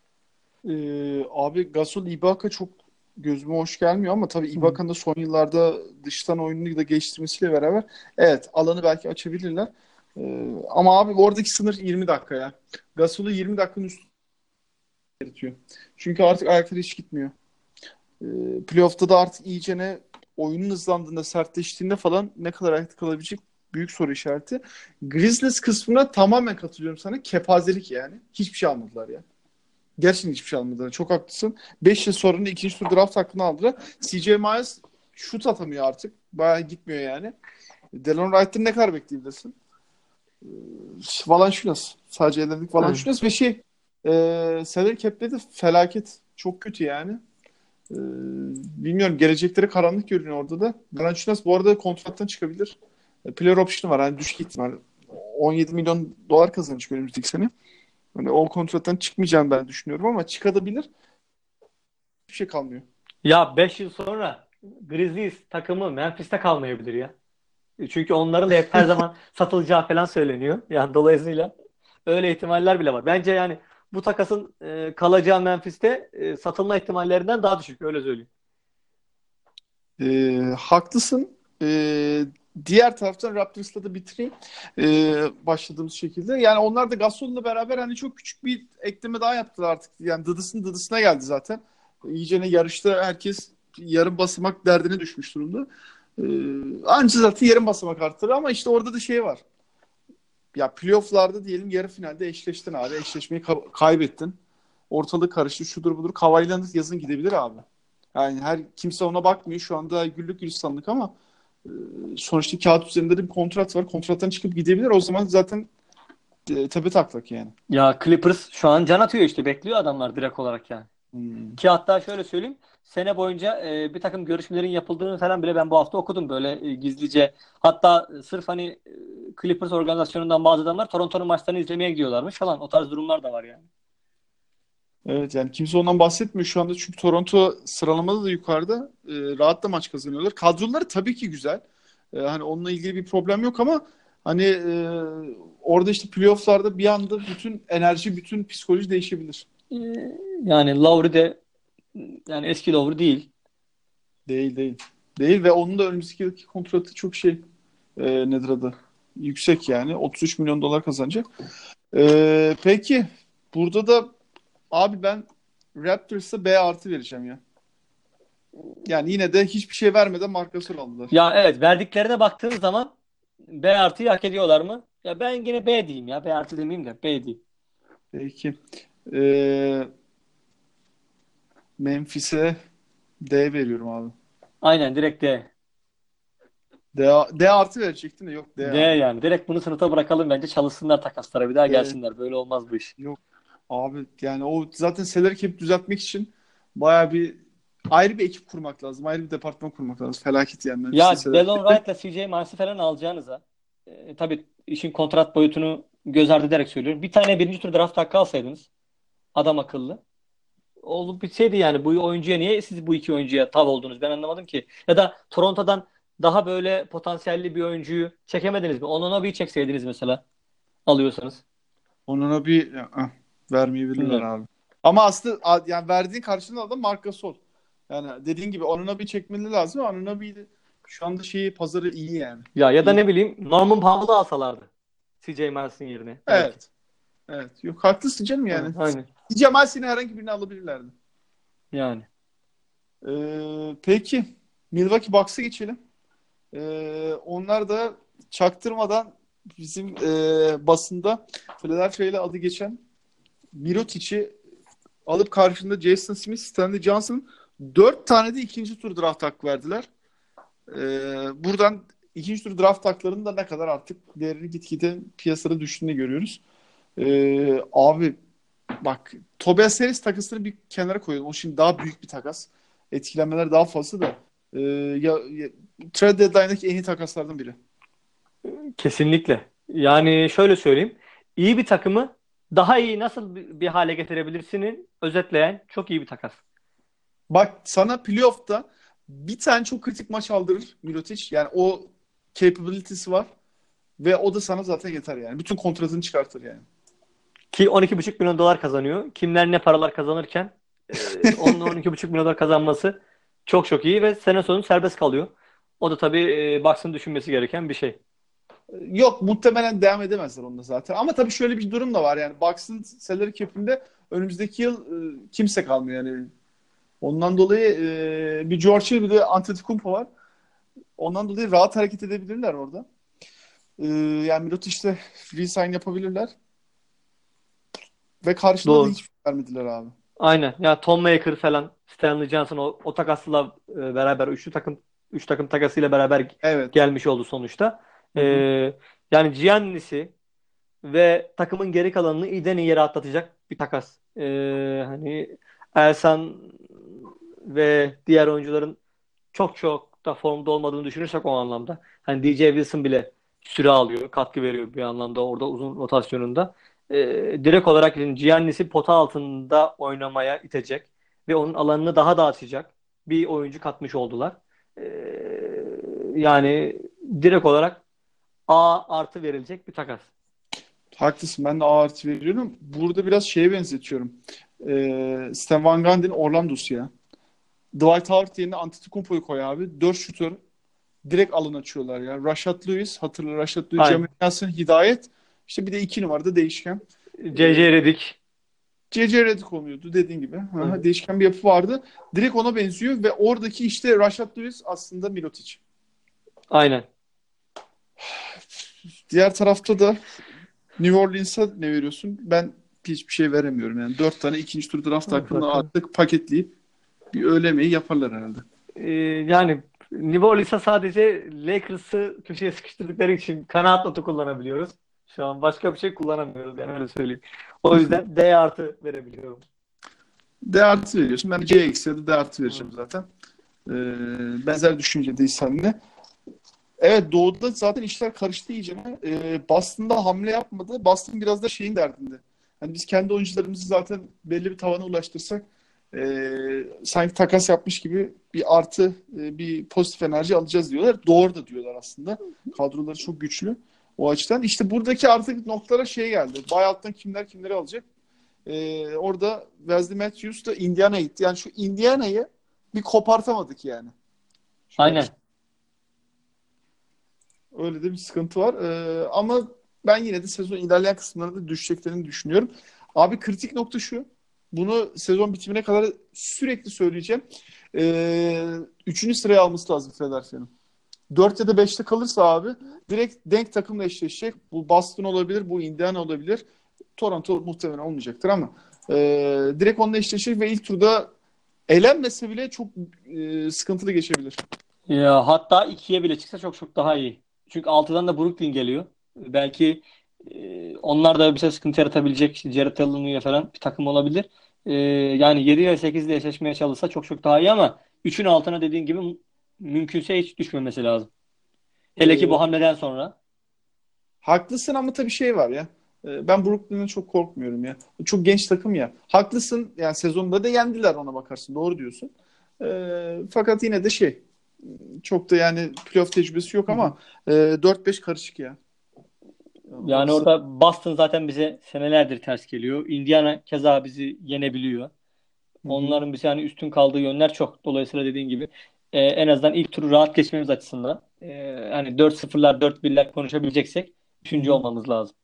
A: Ee, abi Gasol Ibaka çok gözüme hoş gelmiyor ama tabii
B: Hı hı.
A: Ibaka'nın da son yıllarda dıştan oyununu da geliştirmesiyle beraber evet alanı belki açabilirler. Ee, ama abi oradaki sınır yirmi dakika ya. Gasol'u yirmi dakikanın üstüne yaratıyor. Çünkü artık ayakları hiç gitmiyor. Ee, playoff'ta da artık iyicene oyunun hızlandığında, sertleştiğinde falan ne kadar ayakta kalabilecek büyük soru işareti. Grizzlies kısmına tamamen katılıyorum sana. Kepazelik yani. Hiçbir şey almadılar ya. Gerçekten hiçbir şey almadılar. Çok haklısın. beş yıl sonra ikinci tur draft hakkını aldılar. C J Miles şut atamıyor artık. Bayağı gitmiyor yani. Delon Wright'ın ne kadar bekleyebilirsin? Valanciunas. Sadece elledik
B: Aynen.
A: Valanciunas ve şey e, salary cap'te de felaket. Çok kötü yani. E, bilmiyorum. Gelecekleri karanlık görünüyor orada da. Valanciunas bu arada kontrattan çıkabilir. E, player option'ı var. Yani düşük ihtimal. on yedi milyon dolar kazanacak önümüzdeki sene. Hani o kontrattan çıkmayacağını ben düşünüyorum ama çıkabilir. Hiçbir şey kalmıyor.
B: Ya beş yıl sonra Grizzlies takımı Memphis'te kalmayabilir ya. Çünkü onların da hep her zaman satılacağı falan söyleniyor. Yani dolayısıyla öyle ihtimaller bile var. Bence yani bu takasın e, kalacağı Memphis'te e, satılma ihtimallerinden daha düşük. Öyle söyleyeyim.
A: Ee, haklısın. Ee, diğer taraftan Raptors'la da bitireyim. Ee, başladığımız şekilde. Yani onlar da Gasol'la beraber hani çok küçük bir ekleme daha yaptılar artık. Yani dıdısının dıdısına geldi zaten. İyicene yarışta herkes yarım basamak derdine düşmüş durumda. Ee, Anca zaten yarım basamak arttırır ama işte orada da şey var. Ya playoff'larda diyelim yarı finalde eşleştin abi. Eşleşmeyi ka- kaybettin. Ortalık karıştı. Şudur budur. Kawhi Leonard yazın gidebilir abi. Yani her kimse ona bakmıyor. Şu anda güllük gülistanlık ama e, sonuçta kağıt üzerinde de bir kontrat var. Kontrattan çıkıp gidebilir. O zaman zaten e, tepe taklak yani.
B: Ya Clippers şu an can atıyor işte. Bekliyor adamlar direkt olarak yani.
A: Hmm.
B: Ki hatta şöyle söyleyeyim. Sene boyunca e, bir takım görüşmelerin yapıldığını falan bile ben bu hafta okudum böyle e, gizlice. Hatta sırf hani e, Clippers organizasyonundan bazı adamlar Toronto'nun maçlarını izlemeye gidiyorlarmış falan. O tarz durumlar da var yani.
A: Evet yani kimse ondan bahsetmiyor şu anda çünkü Toronto sıralamada da yukarıda. E, rahat da maç kazanıyorlar. Kadroları tabii ki güzel. E, hani onunla ilgili bir problem yok ama hani e, orada işte playoff'larda bir anda bütün enerji, bütün psikoloji değişebilir.
B: E, Yani Lowry de yani eski Lowry değil.
A: Değil değil. Değil ve onun da önümüzdeki yılki kontratı çok şey e, nedir adı? Yüksek yani. otuz üç milyon dolar kazanacak. E, peki burada da abi ben Raptors'a B artı vereceğim ya. Yani yine de hiçbir şey vermeden Marc Gasol aldılar.
B: Ya evet, verdiklerine baktığın zaman B artıyı hak ediyorlar mı? Ya ben yine B diyeyim ya. B artı demeyeyim de B diyeyim.
A: Peki. E, Memphis'e D veriyorum abi.
B: Aynen, direkt D.
A: D, D artı verecektim de yok D
B: D
A: abi.
B: yani. Direkt bunu sınıfta bırakalım bence. Çalışsınlar takaslara. Bir daha
A: D
B: gelsinler. Böyle olmaz bu iş.
A: yok abi yani o zaten salary cap düzeltmek için bayağı bir ayrı bir ekip kurmak lazım. Ayrı bir departman kurmak lazım. Felaket yani Memphis'in
B: Ya
A: salary
B: Delon
A: cap'i.
B: Wright'la C J Marks'ı falan alacağınıza e, tabii işin kontrat boyutunu göz ardı ederek söylüyorum. Bir tane birinci tur draft hakkı alsaydınız adam akıllı. Olup bitseydi yani, bu oyuncuya niye siz bu iki oyuncuya tav oldunuz, ben anlamadım ki. Ya da Toronto'dan daha böyle potansiyelli bir oyuncuyu çekemediniz mi? Ononobi'yi çekseydiniz mesela, alıyorsanız.
A: Onuna bir ah, vermeyebilirler
B: Bilmiyorum.
A: abi. Ama aslında a- yani verdiğin karşılığında da Marc Gasol. Yani dediğin gibi onuna bir çekmeli lazım. Onuna bir şu anda şeyi pazarı iyi yani.
B: Ya ya da
A: İyi.
B: ne bileyim, Norman Powell'ı alsalardı C J Marks'ın yerine belki.
A: Evet. Evet. Yok haklısın canım
B: Ha,
A: yani.
B: aynen.
A: Cemal seni herhangi birini alabilirlerdi.
B: Yani.
A: Ee, peki Milwaukee Bucks'a geçelim. Ee, onlar da çaktırmadan bizim e, basında Philadelphia ile adı geçen Mirotic'i alıp karşında Jason Smith, Stanley Johnson dört tane de ikinci tur draft hakkı verdiler. Ee, buradan ikinci tur draft haklarının da ne kadar artık değerini gitgide piyasada düştüğünü görüyoruz. Ee, abi bak Tobias Harris takasını bir kenara koyalım. O şimdi daha büyük bir takas. Etkilenmeler daha fazla da. Ee, ya, ya, trade deadline'daki en iyi takaslardan biri.
B: Kesinlikle. Yani şöyle söyleyeyim. İyi bir takımı daha iyi nasıl bir bir hale getirebilirsinin özetleyen çok iyi bir takas.
A: Bak sana playoff'ta bir tane çok kritik maç aldırır Mirotic. Yani o capability'si var. Ve o da sana zaten yeter yani. Bütün kontratını çıkartır yani.
B: Ki on iki buçuk milyon dolar kazanıyor. Kimler ne paralar kazanırken e, onun on iki buçuk milyon dolar kazanması çok çok iyi ve sene sonu serbest kalıyor. O da tabii e, Bucks'ın düşünmesi gereken bir şey.
A: Yok muhtemelen devam edemezler onda zaten. Ama tabii şöyle bir durum da var yani. Bucks'ın salary cap'inde önümüzdeki yıl e, kimse kalmıyor yani. Ondan dolayı e, bir George Hill bir de Antetokounmpo var. Ondan dolayı rahat hareket edebilirler orada. E, yani Mirotic'te re-sign yapabilirler. Ve karşılığında da
B: Doğru.
A: hiçbir şey vermediler abi.
B: Aynen. Ya Tom Maker falan, Stanley Johnson o, o takasla e, beraber üçlü takım üç takım takasıyla beraber
A: Evet.
B: gelmiş oldu sonuçta.
A: Hı
B: E,
A: hı.
B: Yani Giannis'i ve takımın geri kalanını iyiden iyiye rahatlatacak bir takas. E, hani Ersan ve diğer oyuncuların çok çok da formda olmadığını düşünürsek o anlamda. Hani D J Wilson bile süre alıyor, katkı veriyor bir anlamda orada uzun rotasyonunda. Ee, direkt olarak yani Giannis'i pota altında oynamaya itecek ve onun alanını daha da açacak bir oyuncu katmış oldular. Ee, Yani direkt olarak A artı verilecek bir takas.
A: Haklısın. Ben de A artı veriyorum. Burada biraz şeye benzetiyorum. Ee, Stan Van Gundy'nin Orlando'su ya. Dwight Howard yerine Antetokounmpo'yu koy abi. Dört şutör direkt alan açıyorlar ya. Rashad Lewis, hatırla Rashad Lewis, Jameer
B: Aynen.
A: Nelson, Hidayet. İşte bir de iki numarada değişken.
B: C
A: Ee,
B: C Redick.
A: C C Redick oluyordu dediğin gibi. Aha,
B: Evet.
A: değişken bir yapı vardı. Direkt ona benziyor ve oradaki işte Rashad Lewis aslında Mirotic.
B: Aynen.
A: Diğer tarafta da New Orleans'a ne veriyorsun? Ben hiçbir şey veremiyorum. Yani dört tane ikinci tur draft hakkında
B: Bakalım.
A: artık paketleyip bir öğlemeyi yaparlar herhalde.
B: Ee, yani New Orleans'a sadece Lakers'ı köşeye sıkıştırdıkları için kanaat notu kullanabiliyoruz. Şu an başka bir şey kullanamıyoruz yani öyle söyleyeyim. O yüzden D artı verebiliyorum.
A: D artı veriyorsun. Ben C eksi ya da D artı
B: Hı.
A: vereceğim zaten. Ee, benzer düşüncedeyiz seninle. Evet, Doğu'da zaten işler karıştı iyice. Ee, Boston'da hamle yapmadı. Boston biraz da şeyin derdinde. Hani biz kendi oyuncularımızı zaten belli bir tavana ulaştırsak e, sanki takas yapmış gibi bir artı, e, bir pozitif enerji alacağız diyorlar. Doğru da diyorlar aslında. Kadroları çok güçlü o açıdan. İşte buradaki artık noktalara şey geldi. Buyout'tan kimler kimleri alacak. Ee, orada Wesley Matthews da Indiana'ya gitti. Yani şu Indiana'yı bir kopartamadık yani şu an.
B: Aynen.
A: Öyle de bir sıkıntı var. Ee, ama ben yine de sezon ilerleyen kısımlarında düşeceklerini düşünüyorum. Abi kritik nokta şu. Bunu sezon bitimine kadar sürekli söyleyeceğim. Ee, üçüncü sıraya alması lazım Philadelphia'nın. Dört ya da beşte kalırsa abi direkt denk takımla eşleşecek. Bu Boston olabilir, bu Indiana olabilir. Toronto muhtemelen olmayacaktır ama e, direkt onunla eşleşecek ve ilk turda elenmese bile çok e, sıkıntılı geçebilir.
B: Ya, hatta ikiye bile çıksa çok çok daha iyi. Çünkü altıdan da Brooklyn geliyor. Belki e, onlar da bize sıkıntı yaratabilecek Jared Allen'la falan bir takım olabilir. E, yani yedi ya sekiz ile eşleşmeye çalışsa çok çok daha iyi ama üçün altına dediğin gibi mümkünse hiç düşmemesi lazım. Hele ki
A: E,
B: bu hamleden sonra.
A: Haklısın ama tabii şey var ya. e, Ben Brooklyn'den çok korkmuyorum ya. Çok genç takım ya. Haklısın, yani sezonda da yendiler ona bakarsın. Doğru diyorsun. E, fakat yine de şey, çok da yani playoff tecrübesi yok
B: Hı hı.
A: ama e, dört beş karışık ya.
B: Yani
A: Orası.
B: orada Boston zaten bize senelerdir ters geliyor. Indiana keza bizi yenebiliyor.
A: Hı hı.
B: Onların bize yani üstün kaldığı yönler çok. Dolayısıyla dediğin gibi e, en azından ilk turu rahat geçmemiz açısından e, hani dört sıfırlar dört birler konuşabileceksek
A: Hı
B: üçüncü
A: hı.
B: olmamız lazım.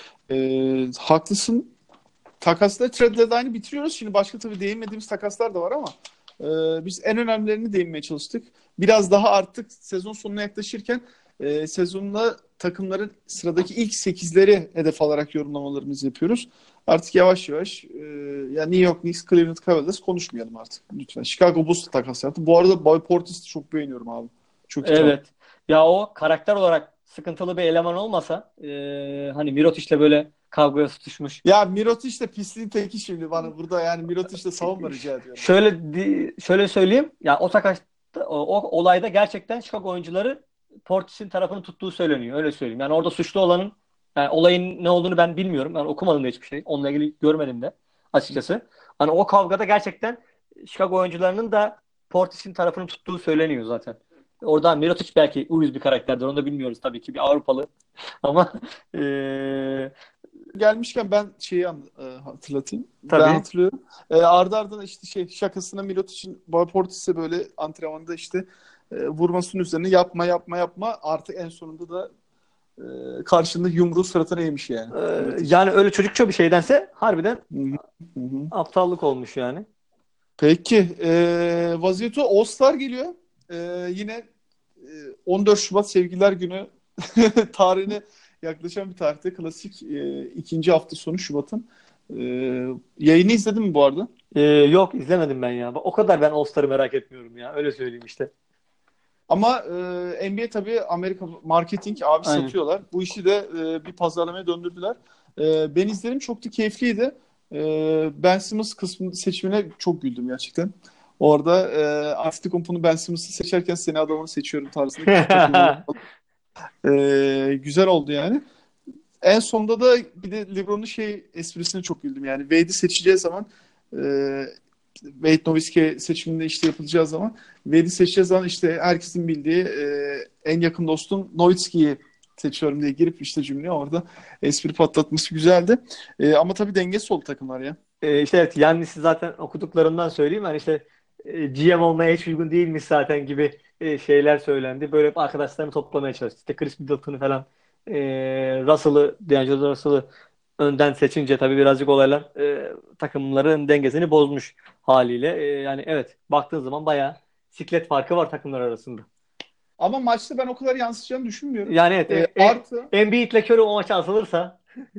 A: E, haklısın. Takasları trade deadline'ı bitiriyoruz. Şimdi başka tabii değinmediğimiz takaslar da var ama e, biz en önemlilerini değinmeye çalıştık. Biraz daha artık sezon sonuna yaklaşırken e, sezonla takımların sıradaki ilk sekizleri hedef alarak yorumlamalarımızı yapıyoruz. Artık yavaş yavaş e, yani New York Knicks, Cleveland Cavaliers konuşmayalım artık lütfen. Chicago Bulls da takas yaptı. Bu arada Boy Portis'i çok beğeniyorum abi. Çok iyi çaldı.
B: Evet. Ya o karakter olarak sıkıntılı bir eleman olmasa e, hani Mirotic'le böyle kavgaya tutuşmuş.
A: Ya Mirotic de pisliğin teki şimdi bana burada, yani Mirotic de savunma rica ediyorum ya.
B: Şöyle di- şöyle söyleyeyim. Ya o takas o, o olayda gerçekten Chicago oyuncuları Portis'in tarafını tuttuğu söyleniyor. Öyle söyleyeyim. Yani orada suçlu olanın yani olayın ne olduğunu ben bilmiyorum. Ben okumadım da hiçbir şey. Onunla ilgili görmedim de açıkçası. Hani o kavgada gerçekten Chicago oyuncularının da Portis'in tarafını tuttuğu söyleniyor zaten. Orada Mirotic belki uyuz bir karakterdir. Onu da bilmiyoruz tabii ki. Bir Avrupalı. Ama eee,
A: Gelmişken ben şeyi an- e, hatırlatayım. Ben
B: tabii.
A: hatırlıyorum. E, ardı ardına işte şey şakasına Mirotic'in Boy Portis'e böyle antrenmanda işte e, vurmasının üzerine yapma yapma yapma, artık en sonunda da e, karşında yumruğu suratına yemiş yani
B: Eee,
A: Mirotic.
B: yani öyle çocukça bir şeydense harbiden
A: Hı hı. Hı hı.
B: aptallık olmuş yani.
A: Peki e, vaziyeti All Star geliyor. E, yine e, on dört Şubat Sevgililer Günü tarihine yaklaşan bir tarihte klasik e, ikinci hafta sonu Şubat'ın. E, yayını izledin mi bu arada?
B: Ee, yok izlemedim ben ya. Bak, o kadar ben All-Star'ı merak etmiyorum ya. Öyle söyleyeyim işte.
A: Ama e, N B A tabii Amerika marketing abi,
B: Aynen.
A: satıyorlar. Bu işi de e, bir pazarlamaya döndürdüler. E, ben izledim, çok da keyifliydi. E, Ben Simmons kısmı seçimine çok güldüm gerçekten. Orada e, Antetokounmpo'nu Ben Simmons'ı seçerken seni adamını seçiyorum tarzında küçük takılmalı. E, güzel oldu yani. En sonunda da bir de LeBron'un şey esprisine çok güldüm. Yani Wade'i seçeceği zaman e, Wade Nowitzki seçiminde işte yapılacağı zaman Wade'i seçeceği zaman işte herkesin bildiği e, en yakın dostum Nowitzki'yi seçiyorum diye girip işte cümleye orada espri patlatması güzeldi. E, ama tabii dengesiz oldu takımlar ya.
B: Ee, işte evet Yannis'i zaten okuduklarımdan söyleyeyim. Hani işte e, G M olmaya hiç uygun değilmiş zaten gibi e, şeyler söylendi. Böyle arkadaşlarını toplamaya çalıştı. İşte Chris Middleton'ı falan e, Russell'ı, D'Angelo Russell'ı önden seçince tabii birazcık olaylar e, takımların dengesini bozmuş haliyle. E, yani evet baktığın zaman bayağı siklet farkı var takımlar arasında.
A: Ama maçta ben o kadar yansıyacağını düşünmüyorum.
B: Yani evet,
A: E,
B: e, e,
A: artı
B: Embiid ile Curry o maçı asılırsa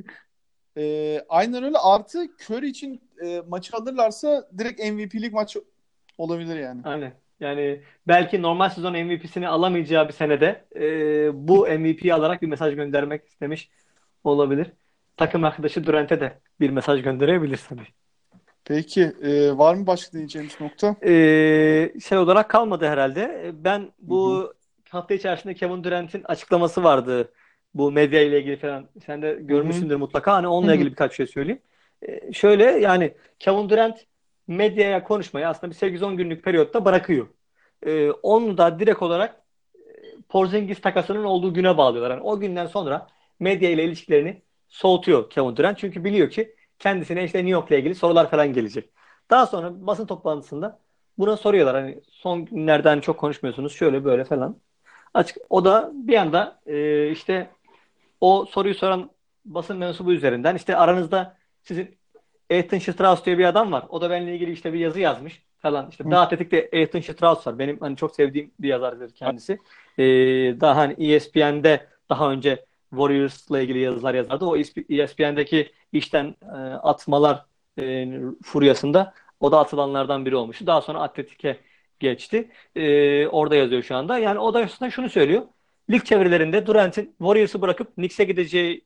A: e, aynen öyle. Artı Curry için e, maçı alırlarsa direkt M V P'lik maç olabilir yani.
B: aynen. Yani belki normal sezon M V P'sini alamayacağı bir senede e, bu M V P'yi alarak bir mesaj göndermek istemiş olabilir. Takım arkadaşı Durant'e de bir mesaj gönderebilir tabii.
A: Peki e, var mı başka diyeceğimiz nokta?
B: Ee, şey olarak kalmadı herhalde. Ben
A: Hı hı.
B: bu hafta içerisinde Kevin Durant'in açıklaması vardı. Bu medya ile ilgili falan. Sen de
A: Hı hı.
B: görmüşsündür mutlaka. Hani
A: Hı
B: onunla
A: hı.
B: ilgili birkaç şey söyleyeyim. Ee, şöyle yani Kevin Durant medyaya konuşmayı aslında bir sekiz on günlük periyotta bırakıyor. Ee, onu da direkt olarak Porzingis takasının olduğu güne bağlıyorlar. Yani o günden sonra medya ile ilişkilerini soğutuyor Kevin Durant. Çünkü biliyor ki kendisine işte New York'la ilgili sorular falan gelecek. Daha sonra basın toplantısında buna soruyorlar. Hani son günlerde hani çok konuşmuyorsunuz şöyle böyle falan. Açık, o da bir anda e, işte o soruyu soran basın mensubu üzerinden işte aranızda sizin Ethan Strauss diye bir adam var. O da benimle ilgili işte bir yazı yazmış falan. İşte
A: Hı.
B: daha tetikte Ethan Strauss var. Benim hani çok sevdiğim bir yazardır kendisi. Ee, daha hani E S P N'de daha önce Warriors'la ilgili yazılar yazardı. O E S P N'deki işten e, atmalar e, furyasında o da atılanlardan biri olmuştu. Daha sonra Atletik'e geçti. Ee, orada yazıyor şu anda. Yani o da aslında şunu söylüyor. Lig çevrelerinde Durant'in Warriors'ı bırakıp Knicks'e gideceğini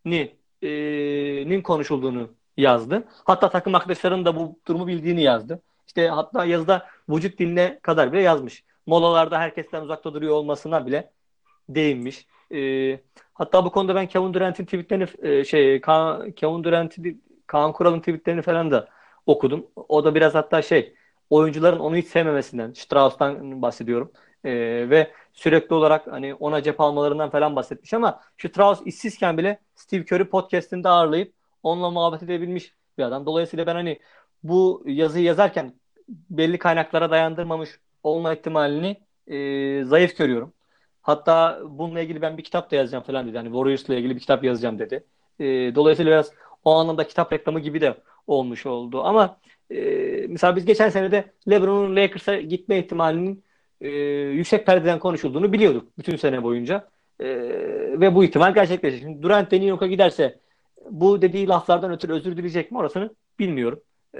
B: e, nin konuşulduğunu yazdı. Hatta takım arkadaşlarının da bu durumu bildiğini yazdı. İşte hatta yazıda vücut diline kadar bile yazmış. Molalarda herkesten uzakta duruyor olmasına bile değinmiş. E, hatta bu konuda ben Kevin Durant'in tweetlerini e, şey Ka- Kevin Durant'in Kaan Kural'ın tweetlerini falan da okudum. O da biraz hatta şey oyuncuların onu hiç sevmemesinden, Strauss'tan bahsediyorum. E, ve sürekli olarak hani ona cep almalarından falan bahsetmiş ama Strauss işsizken bile Steve Kerr'ü podcast'inde ağırlayıp onunla muhabbet edebilmiş bir adam. Dolayısıyla ben hani bu yazıyı yazarken belli kaynaklara dayandırmamış olma ihtimalini e, zayıf görüyorum. Hatta bununla ilgili ben bir kitap da yazacağım falan dedi. Hani Warriors'la ilgili bir kitap yazacağım dedi. E, dolayısıyla biraz o anlamda kitap reklamı gibi de olmuş oldu. Ama e, mesela biz geçen sene de LeBron'un Lakers'a gitme ihtimalinin e, yüksek perdeden konuşulduğunu biliyorduk bütün sene boyunca. E, ve bu ihtimal gerçekleşecek. Şimdi Durant de New York'a giderse bu dediği laflardan ötürü özür dileyecek mi orasını bilmiyorum. E,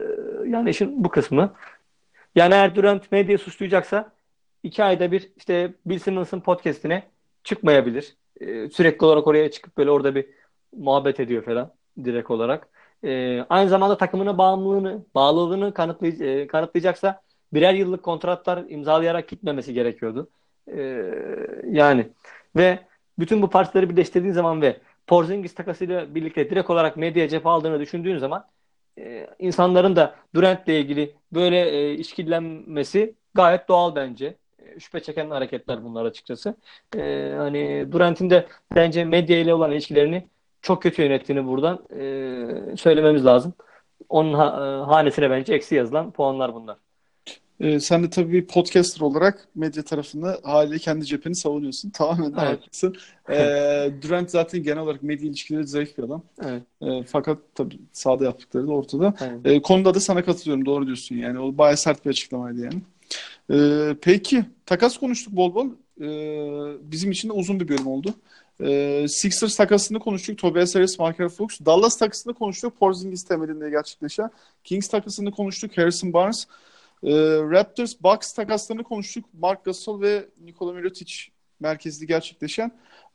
B: yani işin bu kısmı. Yani eğer Durant medyayı suçlayacaksa iki ayda bir işte Bill Simmons'ın podcastine çıkmayabilir. Ee, sürekli olarak oraya çıkıp böyle orada bir muhabbet ediyor falan direkt olarak. Ee, aynı zamanda takımına bağımlılığını, bağlılığını kanıtlay- e, kanıtlayacaksa birer yıllık kontratlar imzalayarak gitmemesi gerekiyordu. Ee, yani ve bütün bu partileri birleştirdiğin zaman ve Porzingis takasıyla birlikte direkt olarak medyaya cephe aldığını düşündüğün zaman e, insanların da Durant'le ilgili böyle e, işkillenmesi gayet doğal bence. E, şüphe çeken hareketler bunlar açıkçası. E, hani Durant'in de bence medya ile olan ilişkilerini çok kötü yönettiğini buradan e, söylememiz lazım. Onun ha- e, hanesine bence eksi yazılan puanlar bunlar.
A: E, sen de tabii bir podcaster olarak medya tarafında haliyle kendi cepheni savunuyorsun. Tamamen de
B: Evet.
A: haklısın. E, Durant zaten genel olarak medya ilişkileri zayıf bir adam.
B: Evet.
A: E, fakat tabii sahada yaptıkları da ortada.
B: Evet.
A: E, konuda da sana katılıyorum. Doğru diyorsun yani. O bayağı sert bir açıklamaydı yani. Ee, peki takas konuştuk bol bol. Ee, bizim için de uzun bir bölüm oldu. Ee, Sixers takasını konuştuk. Tobias Harris, Markelle Fultz. Dallas takasını konuştuk. Porzingis temelinde gerçekleşen. Kings takasını konuştuk. Harrison Barnes. Ee, Raptors, Bucks takaslarını konuştuk. Marc Gasol ve Nikola Mirotic merkezli gerçekleşen.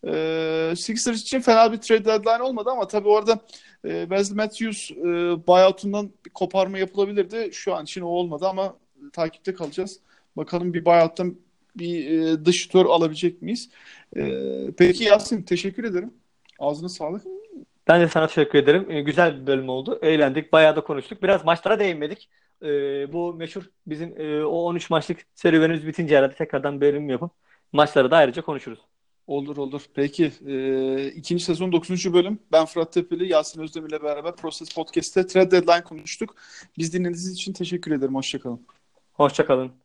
A: Ee, Sixers için fena bir trade deadline olmadı ama tabii orada e, Wesley Matthews e, buyout'undan bir koparma yapılabilirdi. Şu an için o olmadı ama takipte kalacağız. Bakalım bir buyout'tan bir e, dış şutör alabilecek miyiz? E, peki Yasin teşekkür ederim. Ağzına sağlık.
B: Ben de sana teşekkür ederim. Ee, güzel bir bölüm oldu. Eğlendik. Bayağı da konuştuk. Biraz maçlara değinmedik. Ee, bu meşhur bizim e, o on üç maçlık serüvenimiz bitince herhalde tekrardan bir bölüm yapıp maçları da ayrıca konuşuruz.
A: Olur olur. Peki e, ikinci sezon dokuzuncu bölüm. Ben Fırat Tepeli, Yasin Özdemir ile beraber Process Podcast'te Trade Deadline konuştuk. Biz dinlediğiniz için teşekkür ederim. Hoşçakalın.
B: Hoşça kalın.